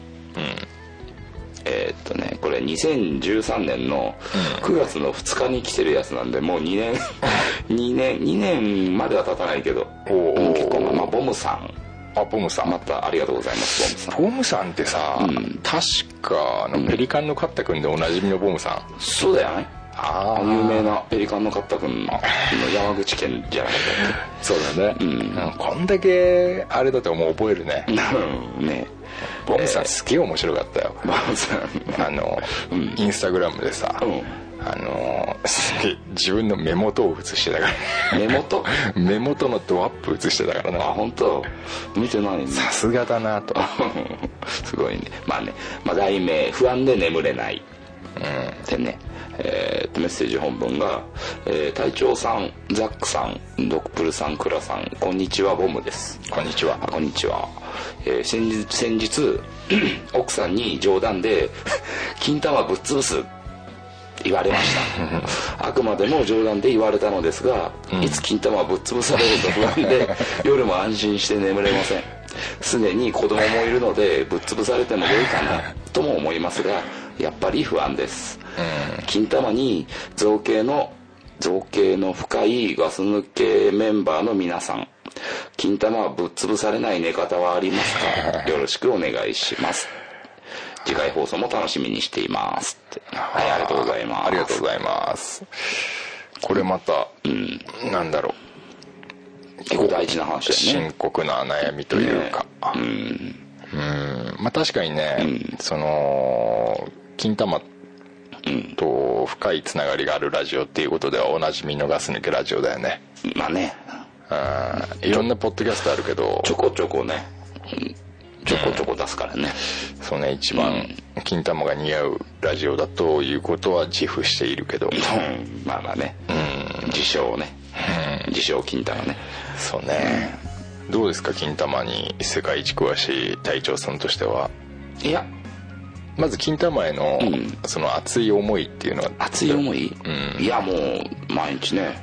これ2013年の9月の2日に来てるやつなんで、もう2年までは経たないけど、結構ボムさん。 ボムさんまたありがとうございます。 ボムさんってさ、確かペリカンのカッタ君でおなじみのボムさん。 そうだよね。有名なペリカンのカッタ君の山口県じゃなかったっけ。 そうだね。こんだけあれだともう覚えるね。 ね。 ボムさんすげえ面白かったよ。 ボムさんインスタグラムでさ、すげえ自分の目元を写してたからね。目元のドアップ写してたからね。 本当見てないね。 さすがだなと。 すごいね。題名不安で眠れないってね。メッセージ本文が、隊長さん、ザックさん、ドクプルさん、クラさん、こんにちは、ボムです。 こんにちは。 先日奥さんに冗談で金玉ぶっ潰す言われましたあくまでも冗談で言われたのですが、いつ金玉ぶっ潰されると不安で夜も安心して眠れません。すでに子供もいるのでぶっ潰されても良いかなとも思いますが、やっぱり不安です。金玉に造形の深いガス抜けメンバーの皆さん、金玉はぶっ潰されない寝方はありますか？よろしくお願いします。次回放送も楽しみにしていますって。はい、ありがとうございます。 ありがとうございます。これまた、なんだろう、 結構大事な話だよね。 深刻な悩みというか、まあ確かにね、その金玉と深いつながりがあるラジオっていうことではおなじみのガス抜けラジオだよね。 まあね、 いろんなポッドキャストあるけどちょこちょこね、ちょこちょこ出すからね。 そうね、一番金玉が似合うラジオだということは自負しているけど、 まあまあね、自称ね、自称金玉ね。 そうね、どうですか金玉に世界一詳しい隊長さんとしては。 いや、 まず金玉へのその熱い思いっていうのは。 熱い思い、いやもう毎日ね、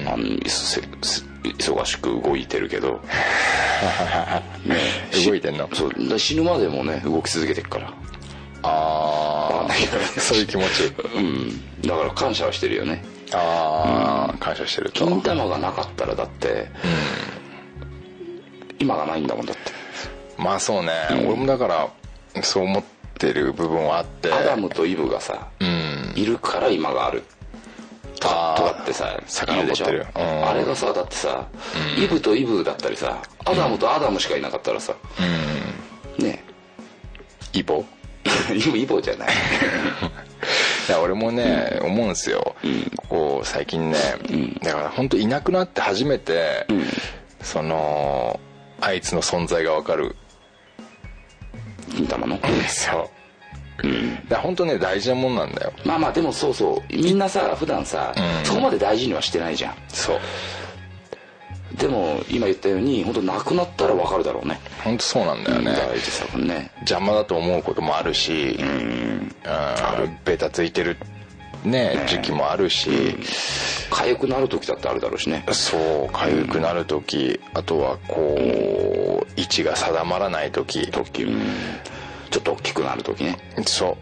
忙しく動いてるけどね、動いてんの。 そう死ぬまでもね動き続けてるから。 そういう気持ち。 だから感謝はしてるよね。 感謝してると。 金玉がなかったらだって、今がないんだもんだって。 まあそうね、俺もだからそう思ってる部分はあって、 アダムとイブがさ、いるから今があるとかってさ言うでしょ。あれがさだってさ、イブとイブだったりさ、アダムとアダムしかいなかったらさ、ねイボイボじゃないいや俺もね、思うんですよ、こう最近ね、だから本当いなくなって初めて、そのあいつの存在が分かる。 金玉のそう、だから本当ね大事なもんなんだよ。 まあまあでもそうそう、みんなさ普段さ、そこまで大事にはしてないじゃん。 そうでも今言ったように本当なくなったら分かるだろうね。 本当そうなんだよね、 大事さ分ね。 邪魔だと思うこともあるし、ベタついてるね時期もあるし、 痒くなる時だってあるだろうしね。 そう痒くなる時、あとはこう位置が定まらない時、 ちょっと大きくなる時ね。 そう、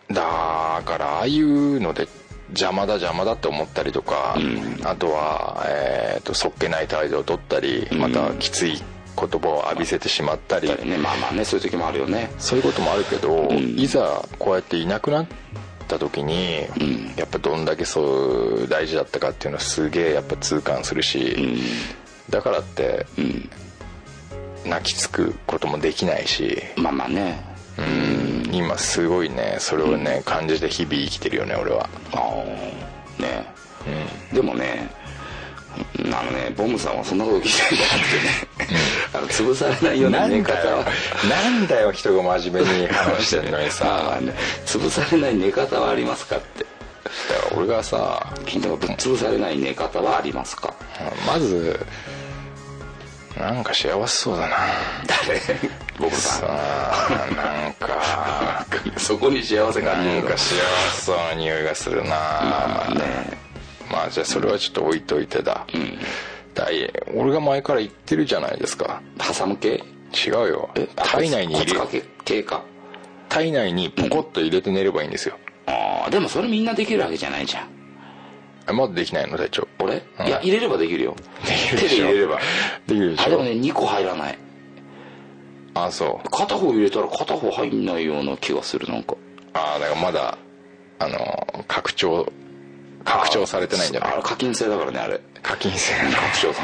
だからああいうので邪魔だって思ったりとか、あとはそっけない態度を取ったり、またきつい言葉を浴びせてしまったり、 まあまあね、そういう時もあるよね。 そういうこともあるけど、いざこうやっていなくなった時に、やっぱどんだけそう大事だったかっていうのをすげえやっぱ痛感するし、だからって、泣きつくこともできないし、 まあまあね、 今すごいねそれをね、感じて日々生きてるよね俺は。 ね、でもね、ボムさんはそんなこと聞いてんじゃなくてね、潰されないような寝方はなんだよ人が真面目に話してるのにさ潰されない寝方はありますかって。 だから俺がさ、 金玉ぶっ潰されない寝方はありますか。 まずなんか幸せそうだな。 誰？ボムさん。 なんかそこに幸せ感じる。 なんか幸せそうな匂いがするな。 まあね、 まあじゃあそれはちょっと置いといてだ。俺が前から言ってるじゃないですか。 挟む系？ 違うよ。体内に入れる系か。 体内にポコッと入れて寝ればいいんですよ。 でもそれみんなできるわけじゃないじゃん。 まだできないの隊長。 俺？いや入れればできるよ。手で入れればできるでしょ。 でもね2個入らない。 そう片方入れたら片方入んないような気がする。なんかだからまだ拡張されてないんじゃない。 課金制だからね、あれ。 課金制拡張さ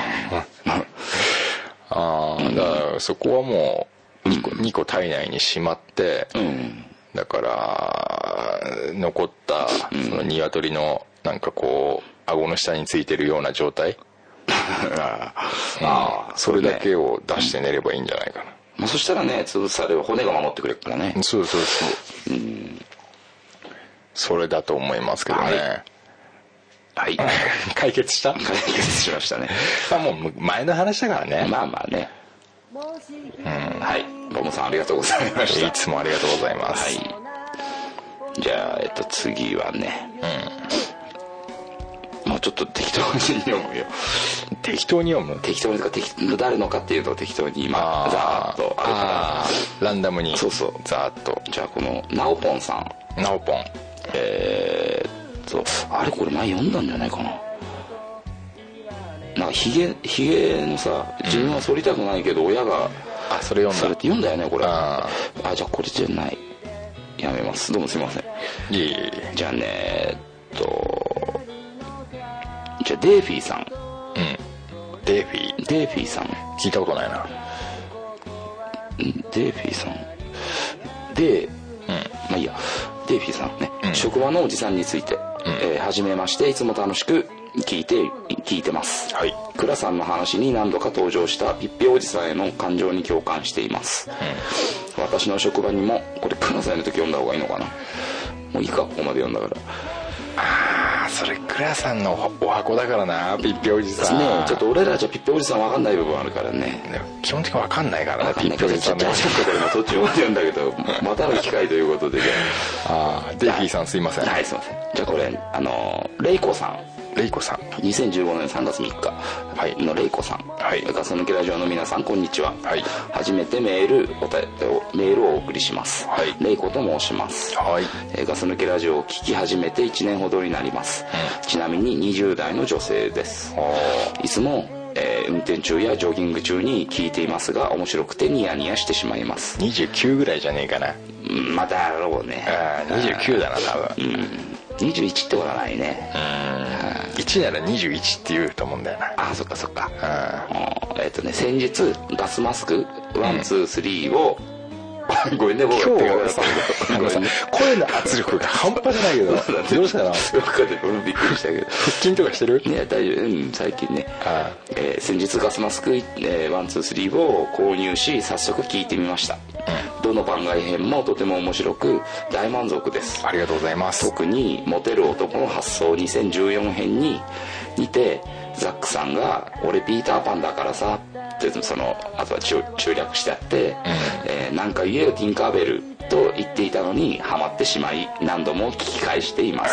んだからそこはもう2個体内にしまって、だから残ったその鶏のなんかこう顎の下についてるような状態それだけを出して寝ればいいんじゃないかな。 そしたらね、潰される骨が守ってくれるからね。 そうそれだと思いますけどね。 はい解決した？ 解決しましたね。 もう前の話だからね。 まあまあね。はい、ボムさんありがとうございました。 いつもありがとうございます。 じゃあ次はね、もうちょっと適当に読むよ。 適当に読む？ 適当にとか誰のかっていうと適当に今ザーッとランダムに。そうザーッと。 じゃあこのナオポンさん。 ナオポン。 あれこれ前読んだんじゃないかな。なんかヒゲのさ、自分は剃りたくないけど親がそれ読んだ。 読んだよねこれ。じゃあこれじゃない。やめます。どうもすいません。じゃあねじゃあデーフィーさん。 デーフィー。 デーフィーさん。 聞いたことないな。 デーフィーさんで、まあいいや。デーフィーさんね、職場のおじさんについて、はじめまして、いつも楽しく聞いてます。 はい。 倉さんの話に何度か登場したピッピおじさんへの感情に共感しています。私の職場にも、これ倉さんの時読んだ方がいいのかな。もういいか、ここまで読んだから。 ああ、それ倉さんのお箱だからな、ピッピおじさんね。ちょっと俺らじゃピッピおじさん分かんない部分あるからね。 基本的に分かんないからね、ピッピおじさんの。 ちょっとこれも途中まで読んだけど、またの機会ということで。 ああ、デイフィーさんすいません。 はい、すいません。じゃあこれ、レイコさん。 レイコさん。 2015年3月3日のレイコさん。 はい。 ガス抜けラジオの皆さん、こんにちは。 はい。 初めてメールをお送りします。はい。レイコと申します。はい。ガス抜けラジオを聞き始めて1年ほどになります。ちなみに20代の女性です。いつも、運転中やジョギング中に聞いていますが、面白くてニヤニヤしてしまいます。 29ぐらいじゃねえかな。 まだろうね。 29だな、多分。 21ってことはないね。 1なら21って言うと思うんだよな。 あ、そっかそっか。先日ガスマスク1、2、3をごめんね、僕今日声の圧力が半端じゃないけどどうしたの？ びっくりしたけど。 腹筋とかしてる？ いや大丈夫。最近ね。先日ガスマスク1、2、3を購入し早速聞いてみました。どの番外編もとても面白く大満足です。 ありがとうございます。 特にモテる男の発想2014編にてザックさんが俺ピーターパンだからさってあとは中略してあって、なんか言えよティンカーベルと言っていたのにハマってしまい何度も聞き返しています。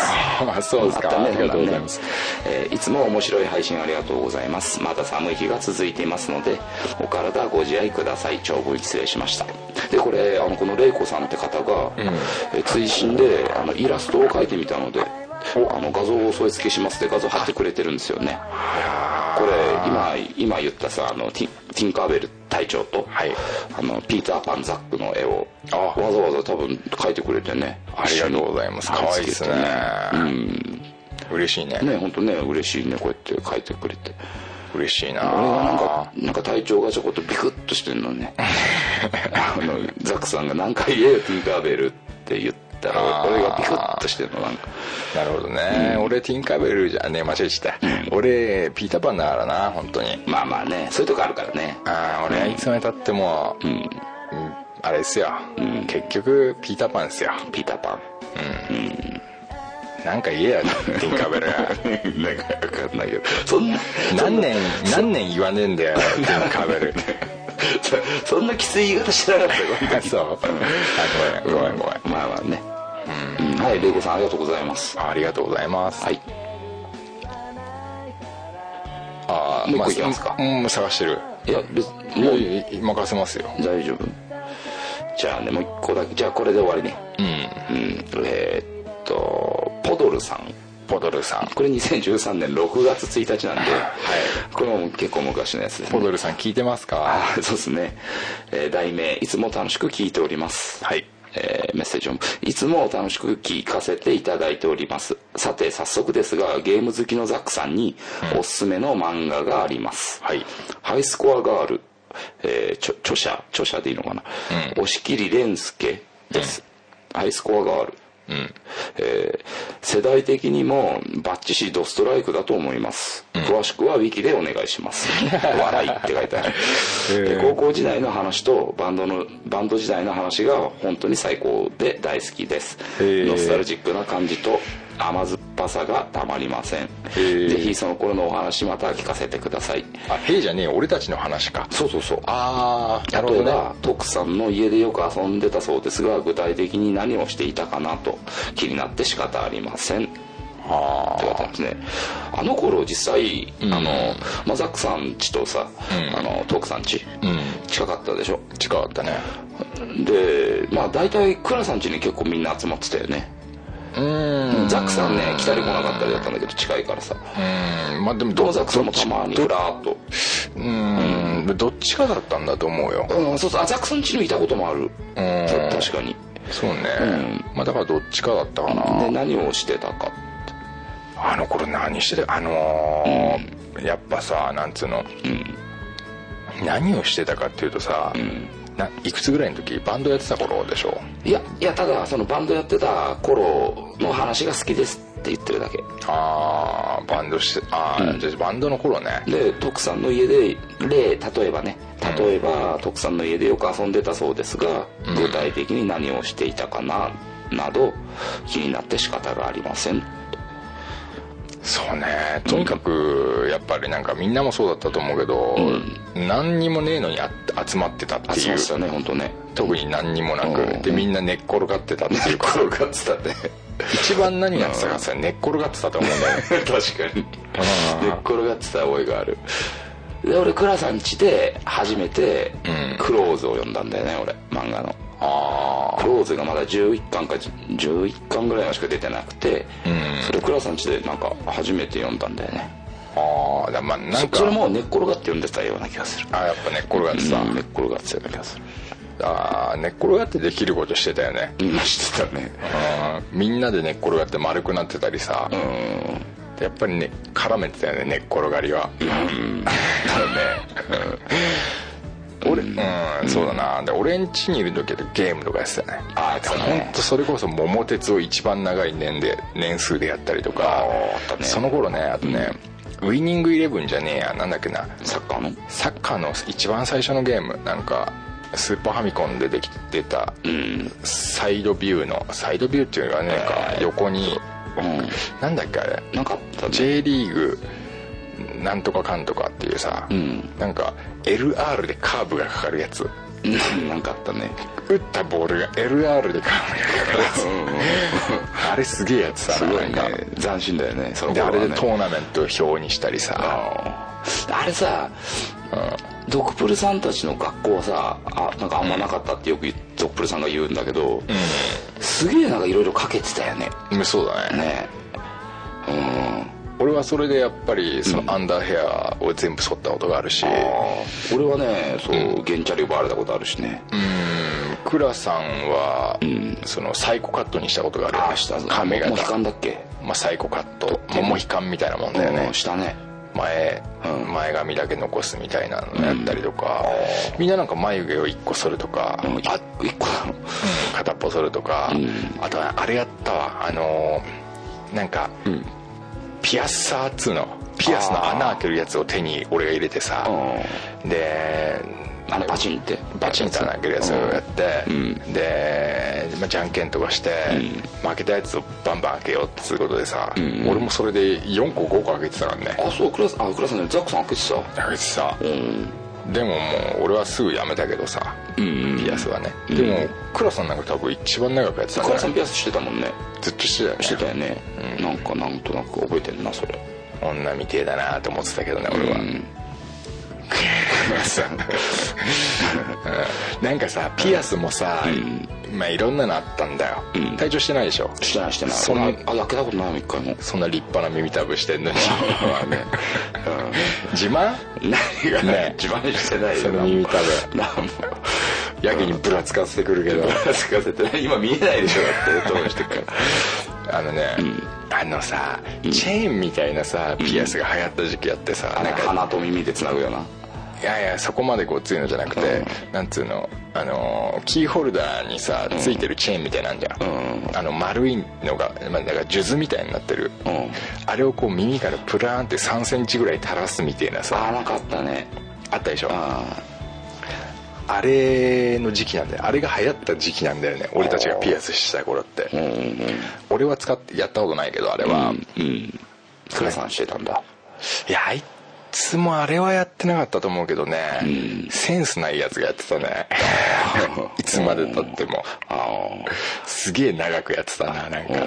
そうですか、 ね、 ありがとうございます。 いつも面白い配信ありがとうございます。また寒い日が続いていますのでお体ご自愛ください。長文失礼しました。でこれこのレイコさんって方が、追伸でイラストを描いてみたので画像を添え付けしますって画像貼ってくれてるんですよね。これ今言ったさティンカーベル隊長と、ピーターパンザックの絵をわざわざ多分描いてくれてね。 ありがとうございます。可愛いですね。嬉しいね。 ね、本当ね、嬉しいね、こうやって描いてくれて。 嬉しいな。 俺はなんか体調がちょこっとビクッとしてんのね。ザックさんが何回言えよティンカーベルって言ったら俺がビクッとしてんのなんか。 なるほどね。俺ティンカーベルじゃねえ、間違えちゃった。俺ピーターパンだからな、本当に。 まあまあね、そういうとこあるからね。 俺はいつまでたってもあれですよ。結局ピーターパンですよ。 ピーターパン。 なんか言えや、ティンカーベル。 なんか分かんないけど。そんな何年言わねえんだよ、ティンカーベル。 そんなきつい言い方しなかったよ。 そう。ごめん。 まあまあね。はい、レイコさんありがとうございます。 ありがとうございます。 はい。もう一個いきますか。 探してる。 いやもう任せますよ。 大丈夫。じゃあね、もう一個だけ。じゃあこれで終わりね。ポドルさん。これ2013年6月1日なんで、これも結構昔のやつですね。 ポドルさん聞いてますか？ そうですね。題名いつも楽しく聞いております。はい。メッセージをいつも楽しく聞かせていただいております。さて早速ですがゲーム好きのザックさんにおすすめの漫画があります。ハイスコアガール、著者でいいのかな、押切蓮介です。ハイスコアガール。世代的にもバッチシドストライクだと思います。詳しくはウィキでお願いします。笑いって書いてある。高校時代の話とバンド時代の話が本当に最高で大好きです。ノスタルジックな感じと甘酸っぱさがたまりません。ぜひその頃のお話また聞かせてください。 へいじゃねえ、俺たちの話か。 そう。 なるほどね。 例えば徳さんの家でよく遊んでたそうですが具体的に何をしていたかなと気になって仕方ありません。って書いてますね。あの頃実際ザックさん家とさ徳さん家近かったでしょ。 近かったね。 で大体倉さん家に結構みんな集まってたよね。ザックさんね来たり来なかったりだったんだけど近いからさ。 でもザックさんもたまにフラーっとどっちかだったんだと思うよ。 そうザックさん家にいたこともある。確かにそうね。だからどっちかだったかな。 で何をしてたか。 あの頃何してたやっぱさなんつうの、何をしてたかっていうとさ、いくつぐらいの時バンドやってた頃でしょ？ いやただそのバンドやってた頃の話が好きですって言ってるだけ。 ああバンドしてじゃあバンドの頃ね。 で徳さんの家で例えば徳さんの家でよく遊んでたそうですが、具体的に何をしていたかなど気になって仕方がありません。 そうね、とにかくやっぱりなんかみんなもそうだったと思うけど、何にもねえのに集まってたっていう。 そうですよね本当ね。 特に何にもなく、でみんな寝っ転がってたっていうか、 寝っ転がってたね。 一番何やってたかさ、寝っ転がってたと思うんだよね。 確かに寝っ転がってた覚えがある。で俺倉さん家で初めてクローズを読んだんだよね俺、漫画の。クローズがまだ11巻ぐらいのしか出てなくて、それ倉さん家でなんか初めて読んだんだよね。 まあなんかそれも寝っ転がって読んでたような気がする。 やっぱ寝っ転がってた、 寝っ転がってたような気がする。 寝っ転がってできることしてたよね。 してたね。 みんなで寝っ転がって丸くなってたりさ、やっぱりね絡めてたよね寝っ転がりは。俺そうだな。で俺ん家にいる時はゲームとかやってたね。本当それこそ桃鉄を一番長い年数でやったりとか。その頃ね、あとね、ウイニングイレブンじゃねえや、なんだっけな、 サッカーの一番最初のゲーム、なんかスーパーファミコンでできてた、サイドビューっていうのはね、横に、なんだっけあれ、 なんかあったね、 J リーグなんとかかんとかっていうさ、なんか LR でカーブがかかるやつ、 なんかあったね。 打ったボールが LR でカーブがかかるやつ、あれすげえやつさ、 すごいね、斬新だよね。 であれでトーナメント表にしたりさ、 あれさ、ドクプルさんたちの学校はさ、なんかあんまなかったってよくドクプルさんが言うんだけど、すげえなんかいろいろかけてたよね。 そうだね。俺はそれでやっぱりそのアンダーヘアを全部剃ったことがあるし、 俺はねそう原チャリ奪われたことあるしね。 倉さんはそのサイコカットにしたことがあるよね。髪型モヒカンだっけ。 サイコカット、モヒカンみたいなもんだよね。 したね。 前髪だけ残すみたいなのやったりとか、みんななんか眉毛を1個剃るとか、 1個片っぽ剃るとか、あとはあれやったわ、なんかピアッサーっつうの、ピアスの穴開けるやつを手に俺が入れてさ、でバチンって穴開けるやつをやって、で、じゃんけんとかして、負けたやつをバンバン開けようっていうことでさ、俺もそれで4個5個開けてたからね。 そう、倉さんね、ザックさん開けてさ、でももう俺はすぐやめたけどさ、ピアスはね。でも倉さんなんか多分一番長くやってたね。 倉さんピアスしてたもんね。 ずっとしてたよね。 なんかなんとなく覚えてんなそれ。 女みてえだなと思ってたけどね俺は。なんかさピアスもさ、いろんなのあったんだよ。退場してないでしょ。 してない。そんな開けたことないもん一回も。 そんな立派な耳たぶしてんのに自慢？ 何がね、自慢してないよ。 その耳たぶやけにぶらつかせてくるけど、 ぶらつかせて今見えないでしょだってどうしてるか。 さチェーンみたいなさピアスが流行った時期あってさ、 なんか鼻と耳でつなぐような。 いやそこまでこう強いのじゃなくて、なんつうの、キーホルダーにさついてるチェーンみたいなんじゃん、丸いのがなんか数珠みたいになってる、あれをこう耳からプラーンって3センチぐらい垂らすみたいなさ、 なんかあったね。 あったでしょ。あれの時期なんだよ。あれが流行った時期なんだよね、俺たちがピアスした頃って。俺はやったことないけどあれは。 倉さんしてたんだ。 いやあいつもあれはやってなかったと思うけどね、センスないやつがやってたねいつまでたっても。すげえ長くやってたな、なんか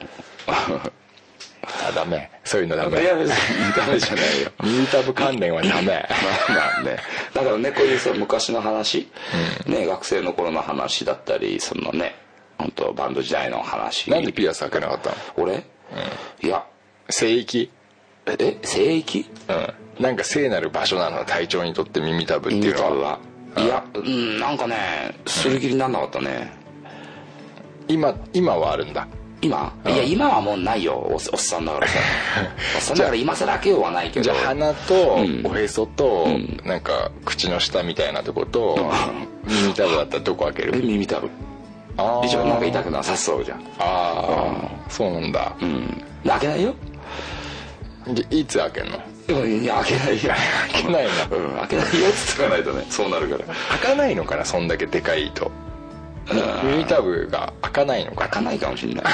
ダメ、そういうのダメ。 いや別にダメじゃないよ。 耳たぶ関連はダメ。 まあね、だからね、こういうさ昔の話、ね、学生の頃の話だったり、そのね、本当バンド時代の話。 なんでピアス開けなかったの？ 俺？いや、 聖域？ 聖域？ なんか聖なる場所なの、体調にとって耳たぶっていうのは。 いや、なんかね、すり切りになんなかったね。 今はあるんだ。 今いや今はもうないよ、おっさんだからさおっさんだから今更開けようはないけど、 じゃあ鼻とおへそと、なんか口の下みたいなとこと耳たぶだったらどこ開ける？ 耳たぶ。一番なんか痛くなさそうじゃん。 そうなんだ。 開けないよ。 でいつ開けんの？ いや開けないよ。 開けないの？ 開けないよっつってかないとね、そうなるから。 開かないのかな、そんだけでかいと。耳たぶが開かないのかな。 開かないかもしれない。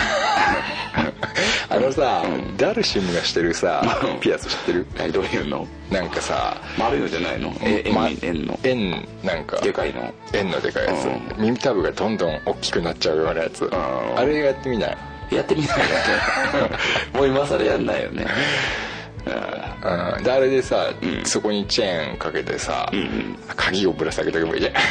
さ、ダルシムがしてるさピアス知ってる？ どういうの？ なんかさ、 丸いのじゃないの？円の？ 円、なんかでかいの？ 円のでかいやつ、耳たぶがどんどん大きくなっちゃうようなやつ、あれやってみない？ やってみないよね。もう今更やんないよね。 であれでさ、そこにチェーンかけてさ、鍵をぶら下げとけばいいじゃん。ま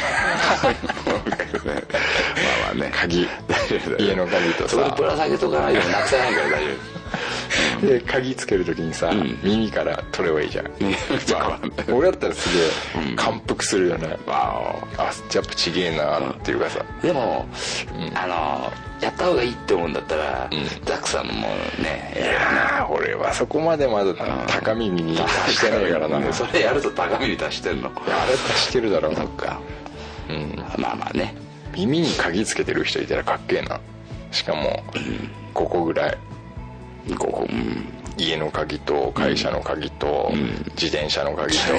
あね、鍵、家の鍵とさ、 それぶら下げとかないとなくせないから大丈夫。で鍵つけるときにさ、耳から取ればいいじゃん。俺だったらすげえ感服するよね。やっぱちげえなっていうかさ。 でもやった方がいいって思うんだったら、ザックさんもね、 いやー、俺はそこまでまだ高耳に達してないからな。 それやると高耳達してんの？ あれ達してるだろう。 そっか。まあまあね、 耳に鍵つけてる人いたらかっけえな。しかも5個ぐらい、5個、家の鍵と会社の鍵と自転車の鍵と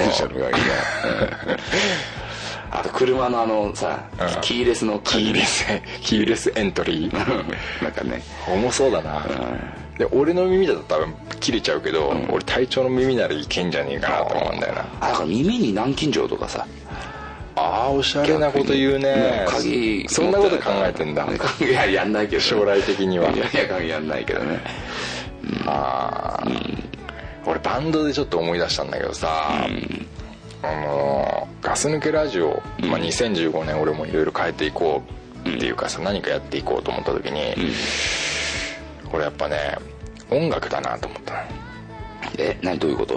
あと車のさ、キーレスのキーレスエントリーなんかね、 重そうだな。で俺の耳だと多分切れちゃうけど、俺隊長の耳ならいけんじゃねえかなと思うんだよな。 だから耳に南京錠とかさ。 おしゃれなこと言うね。 鍵そんなこと考えてんだ。 いややんないけど、 将来的には。 いや鍵やんないけどね。 俺バンドでちょっと思い出したんだけどさ、ガス抜けラジオ、2015年俺もいろいろ変えていこうっていうかさ、何かやっていこうと思った時に、俺やっぱね音楽だなと思ったの。 どういうこと？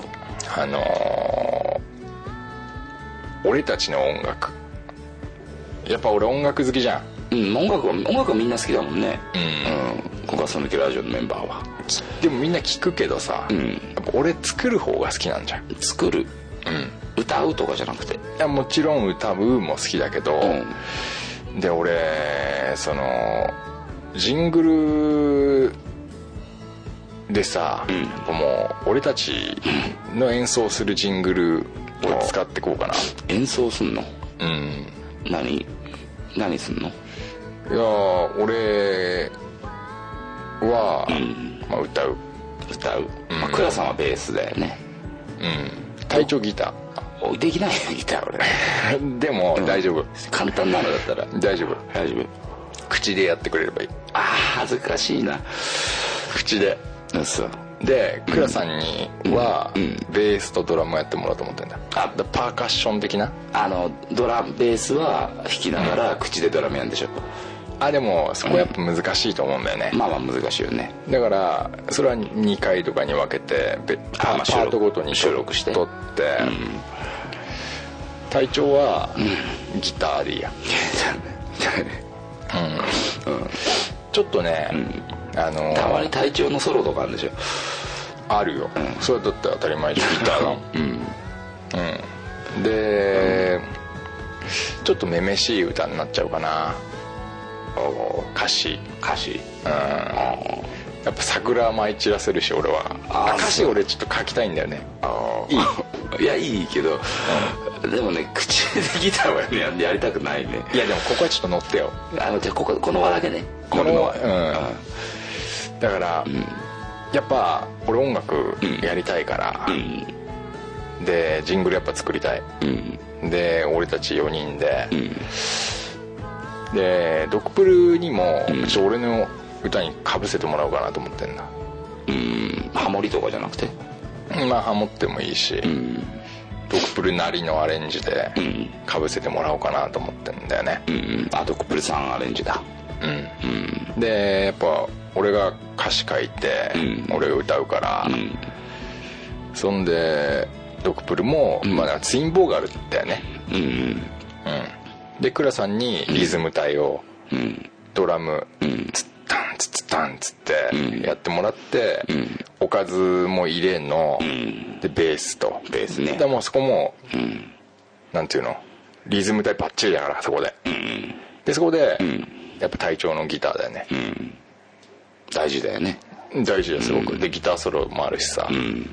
俺たちの音楽、やっぱ俺音楽好きじゃん。 音楽はみんな好きだもんね。ガス抜けラジオのメンバーは。 でもみんな聞くけどさ、やっぱ俺作る方が好きなんじゃん。 作る？歌うとかじゃなくて？いやもちろん歌うも好きだけど、で俺そのジングルでさ、もう俺たちの演奏するジングルを使ってこうかな。 演奏すんの？何すんの？ いや俺は、歌う。 倉さんはベースだよね。 隊長ギター。できないよギター俺。でも大丈夫。 簡単なのだったら大丈夫。口でやってくれればいい。 恥ずかしいな。 口で。で倉さんにはベースとドラムをやってもらおうと思ってんだ。パーカッション的な。 ベースは弾きながら口でドラムやんでしょ。 でもそこやっぱ難しいと思うんだよね。 まあ難しいよね。 だからそれは2回とかに分けてパートごとに収録して撮って、隊長はギターでいいや。ちょっとね、 たまに隊長のソロとかあるんでしょ。 あるよ、それだって当たり前じゃん、ギターが。でちょっとめめしい歌になっちゃうかな。歌詞やっぱ桜舞い散らせるし俺は。歌詞俺ちょっと書きたいんだよね。 いやいいけど、でもね口でギターはやりたくないね。 いやでもここはちょっと乗ってよ。 じゃあこの輪だけね。 だからやっぱ俺音楽やりたいから、でジングルやっぱ作りたい、で俺たち4人で、でドクプルにも俺の歌にかぶせてもらおうかなと思ってんだ。 ハモリとかじゃなくて？ ハモってもいいし、ドクプルなりのアレンジでかぶせてもらおうかなと思ってんだよね。 ドクプルさんアレンジだ。 でやっぱ俺が歌詞書いて、俺が歌うから、そんでドクプルも、ツインボーガルだよね。で倉さんにリズム隊を、ドラムツッタンンツツタンつってやってもらって、おかずも入れんの、でベースね。でもそこも、なんていうの、リズム隊バッチリだからそこで、でそこで、やっぱ隊長のギターだよね、 大事だよね。 大事ですごく、でギターソロもあるしさ、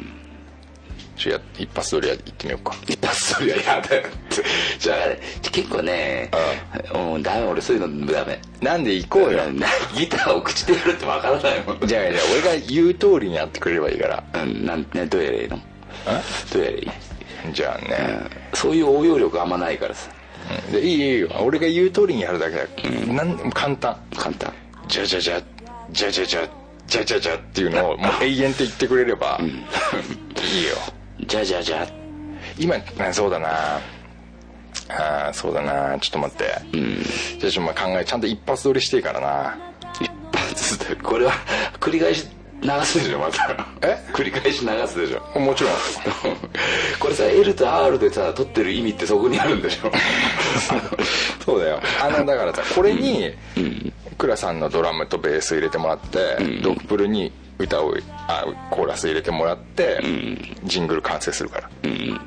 一発撮りやってみようか。 一発撮りはやだよじゃあ結構ね、ダメ、俺そういうのダメ。 なんで行こうよ。 ギターを口でやるってわからないもん。 じゃあ俺が言う通りにやってくれればいいから。 どうやればいいの？どうやればいい？ じゃあね、 そういう応用力あんまないからさ。 でいいよ、俺が言う通りにやるだけだ。簡単。じゃじゃじゃじゃじゃじゃじゃじゃじゃっていうのをもう永遠って言ってくれればいいよ。 じゃじゃじゃ今そうだな、そうだな、ちょっと待って、じゃあちょっと考え、ちゃんと一発撮りしていいからな。 一発これは繰り返し流すでしょ、また。繰り返し流すでしょ。 もちろんこれさ L と R でさ撮ってる意味ってそこにあるんでしょそうだよ。だからさ、これに倉さんのドラムとベース入れてもらって、ドクプルに歌をコーラス入れてもらって、ジングル完成するから。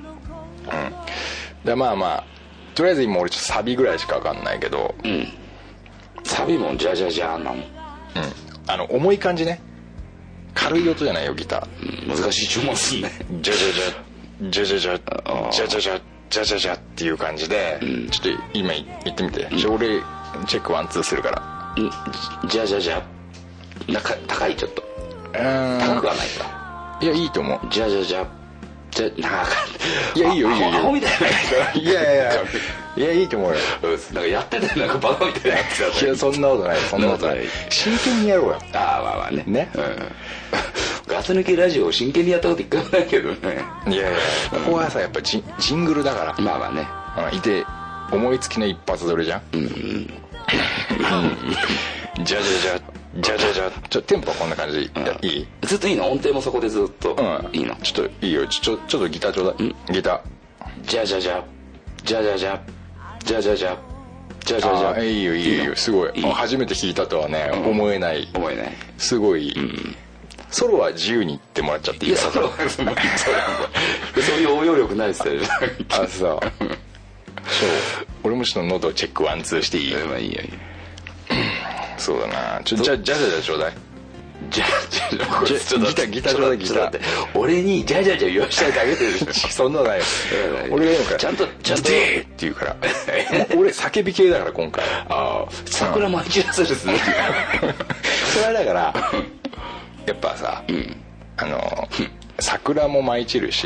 でまあとりあえず今俺ちょっとサビぐらいしか分かんないけど、 サビもジャジャジャなの。 重い感じね、軽い音じゃないよギター。難しい注文すんね。 ジャジャジャジャジャジャジャジャジャジャジャジャっていう感じで、ちょっと今言ってみて。俺チェック1、2するから。 ジャジャジャ高い、ちょっと高くはないか。 いやいいと思う。 ジャジャジャいやいいよアホみたいな。 いやいいと思うよ。 なんかやってたよ、なんかバカみたいなやつだ。 いやそんなことない、そんなことない。真剣にやろうよ。 まあね。ガス抜けラジオを真剣にやったこと一回もないけどね。 いやここはさやっぱジングルだから。 まあね。 いて思いつきの一発撮りじゃん。じゃじゃじゃじゃじゃじゃテンポはこんな感じでいい？ ずっといいの？音程もそこでずっといいの？ ちょっといいよ。ちょっとギターちょうだい。ギターじゃじゃじゃじゃじゃじゃじゃじゃじゃじゃじゃじゃ。 いいよすごい。初めて弾いたとはね思えない。すごい。ソロは自由に言ってもらっちゃっていい？いやソロはそういう応用力ないっすよ。 そう俺もちょっと喉をチェック1、2していい？ いいよ。 そうだな。じゃちょうだい。 ギターちょうだい。ギター俺にジャジャジャ言わしたいだけでそんなのないよ。俺が言うのからちゃんとでーって言うから俺叫び系だから今回。 桜舞い散らせるっすね。 それだからやっぱさ、桜も舞い散るし、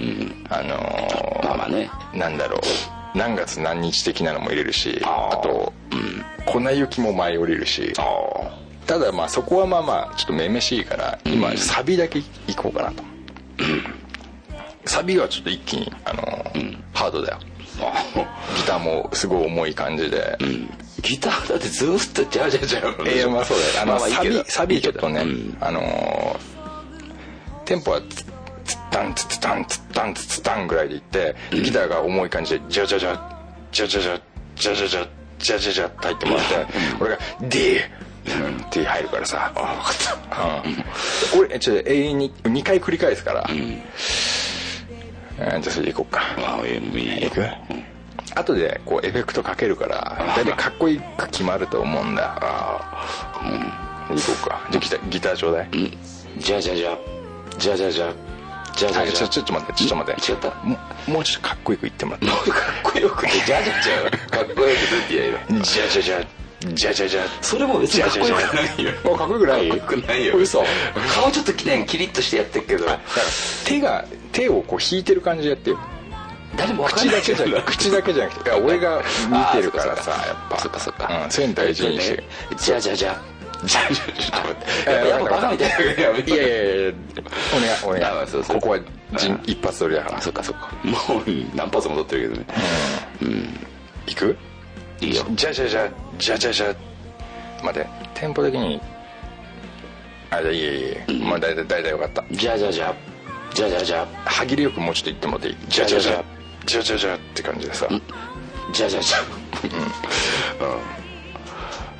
まあね、 なんだろう、何月何日的なのも入れるし、あと、粉雪も舞い降りるし。ただまあそこはまあちょっとめめしいから今サビだけいこうかなと。サビはちょっと一気にハードだよ。ギターもすごい重い感じで、 ギターだってずっとジャジャジャ。 まあそうだよ。サビちょっとね、テンポはツッタンツッタンツッタンツッタンぐらいでいって、ギターが重い感じでジャジャジャジャジャジャジャジャジャジャジャジャって入ってもらって、俺がディーって入るからさ。分かった。俺ちょっと永遠に2回繰り返すから。じゃあそれでいこうか。いく？後でこうエフェクトかけるから大体かっこいいく決まると思うんだ。いこうか。じゃあギターちょうだい。 じゃじゃじゃじゃじゃじゃじゃじゃじゃ。 ちょっと待って違った。もうちょっとかっこよく言ってもらって。 かっこよくじゃじゃじゃかっこよく言ってやる。 じゃじゃじゃじゃじゃじゃ。 それも別にかっこよくないよ。 かっこよくない？ かっこよくないよ。 嘘。 顔ちょっとキリッとしてやってるけど、 手をこう引いてる感じでやってよ。 誰も分かんない。 口だけじゃなくて、俺が見てるからさ、やっぱそっかそういうの大事にして。 じゃじゃじゃちょっと待って、やっぱバカみたいな。いやお願い。ここは一発撮りだから。 そっかもう何発も撮ってるけどね。 いく？ いいよ。 じゃじゃじゃじゃじゃじゃ。待って、テンポ的にじゃあいい。まあ大体よかった。 じゃじゃじゃじゃじゃじゃ。 歯切れよくもうちょっと言ってもらっていい？じゃじゃじゃじゃじゃじゃって感じでさ。 じゃじゃじゃ。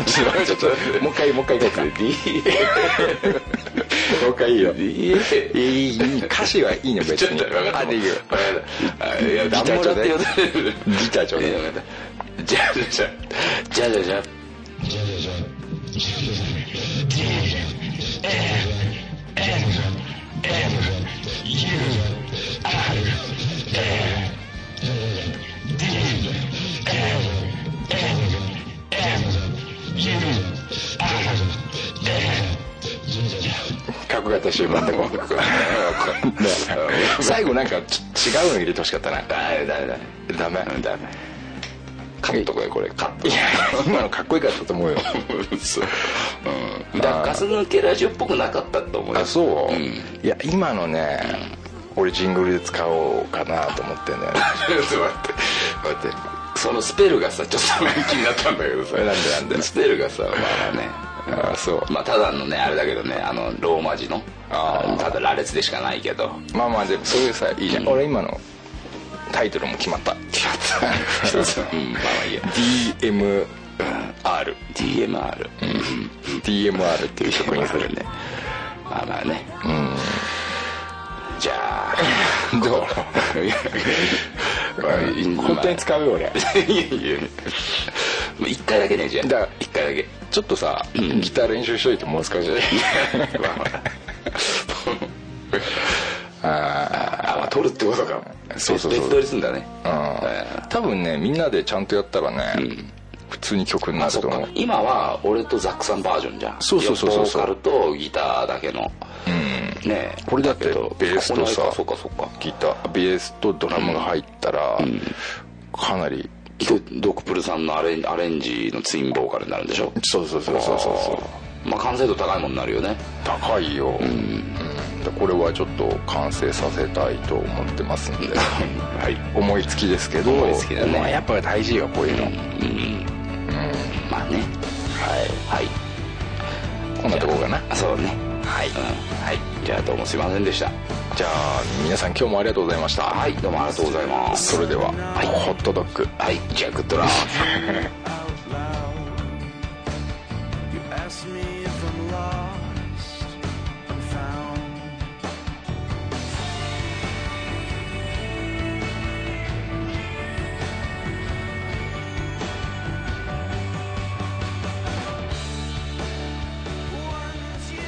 ちょっともう一回もう一回いいよ。いい歌詞はいいの別に。あ、でいいよ。 ギターちょうだい。 ギターちょうだい。 じゃあ角型終盤でこう最後なんか違うの入れてほしかったな。ダメカットこれカット。 いや今のかっこよかったと思うよ。 そう、ガス抜けラジオっぽくなかったと思うよ。 あ、そう、いや今のね、俺ジングルで使おうかなと思ってんだよね。 ちょっと待ってそのスペルがさちょっと気になったんだけどさ。 なんでスペルがさ、まあね、 あ、そう、 まあただのねあれだけどね、ローマ字のただ羅列でしかないけど、 まあでもそういうさいいじゃん、俺今のタイトルも決まった一つまあいいや。 DMR っていう曲にするね。 まあね、じゃあどう本当に使うよ俺。 いや一回だけね。じゃあ一回だけちょっとさ、ギター練習しといてもう少し撮るってことか。 そう別撮りすんだね。 多分ねみんなでちゃんとやったらね、普通に曲になると思う。 今は俺とザックさんバージョンじゃん。 そうボーカルとギターだけの、ね。 これだってベースとさそうかギターベースとドラムが入ったら、かなりドクプルさんのアレンジのツインボーカルになるんでしょ。 そうまあ完成度高いもんになるよね。 高いよ、これはちょっと完成させたいと思ってますんで、はい、思いつきですけど、 思いつきだね。 まあ、やっぱり大事よこういうの。 まあね、はい、 こんなとこかな。 そうね、はい、じゃあどうもすいませんでした。 じゃあ皆さん今日もありがとうございました。 はい、どうもありがとうございます。 それでは、ホットドッグ、 はい、じゃあグッドラック。 Ask me if I'm lost and found. Once you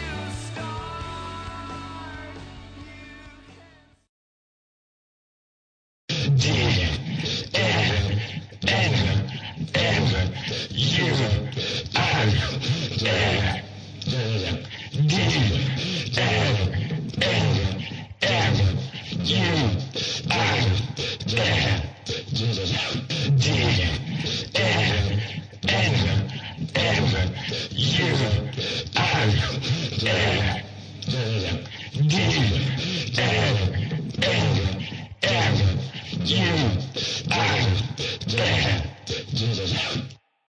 you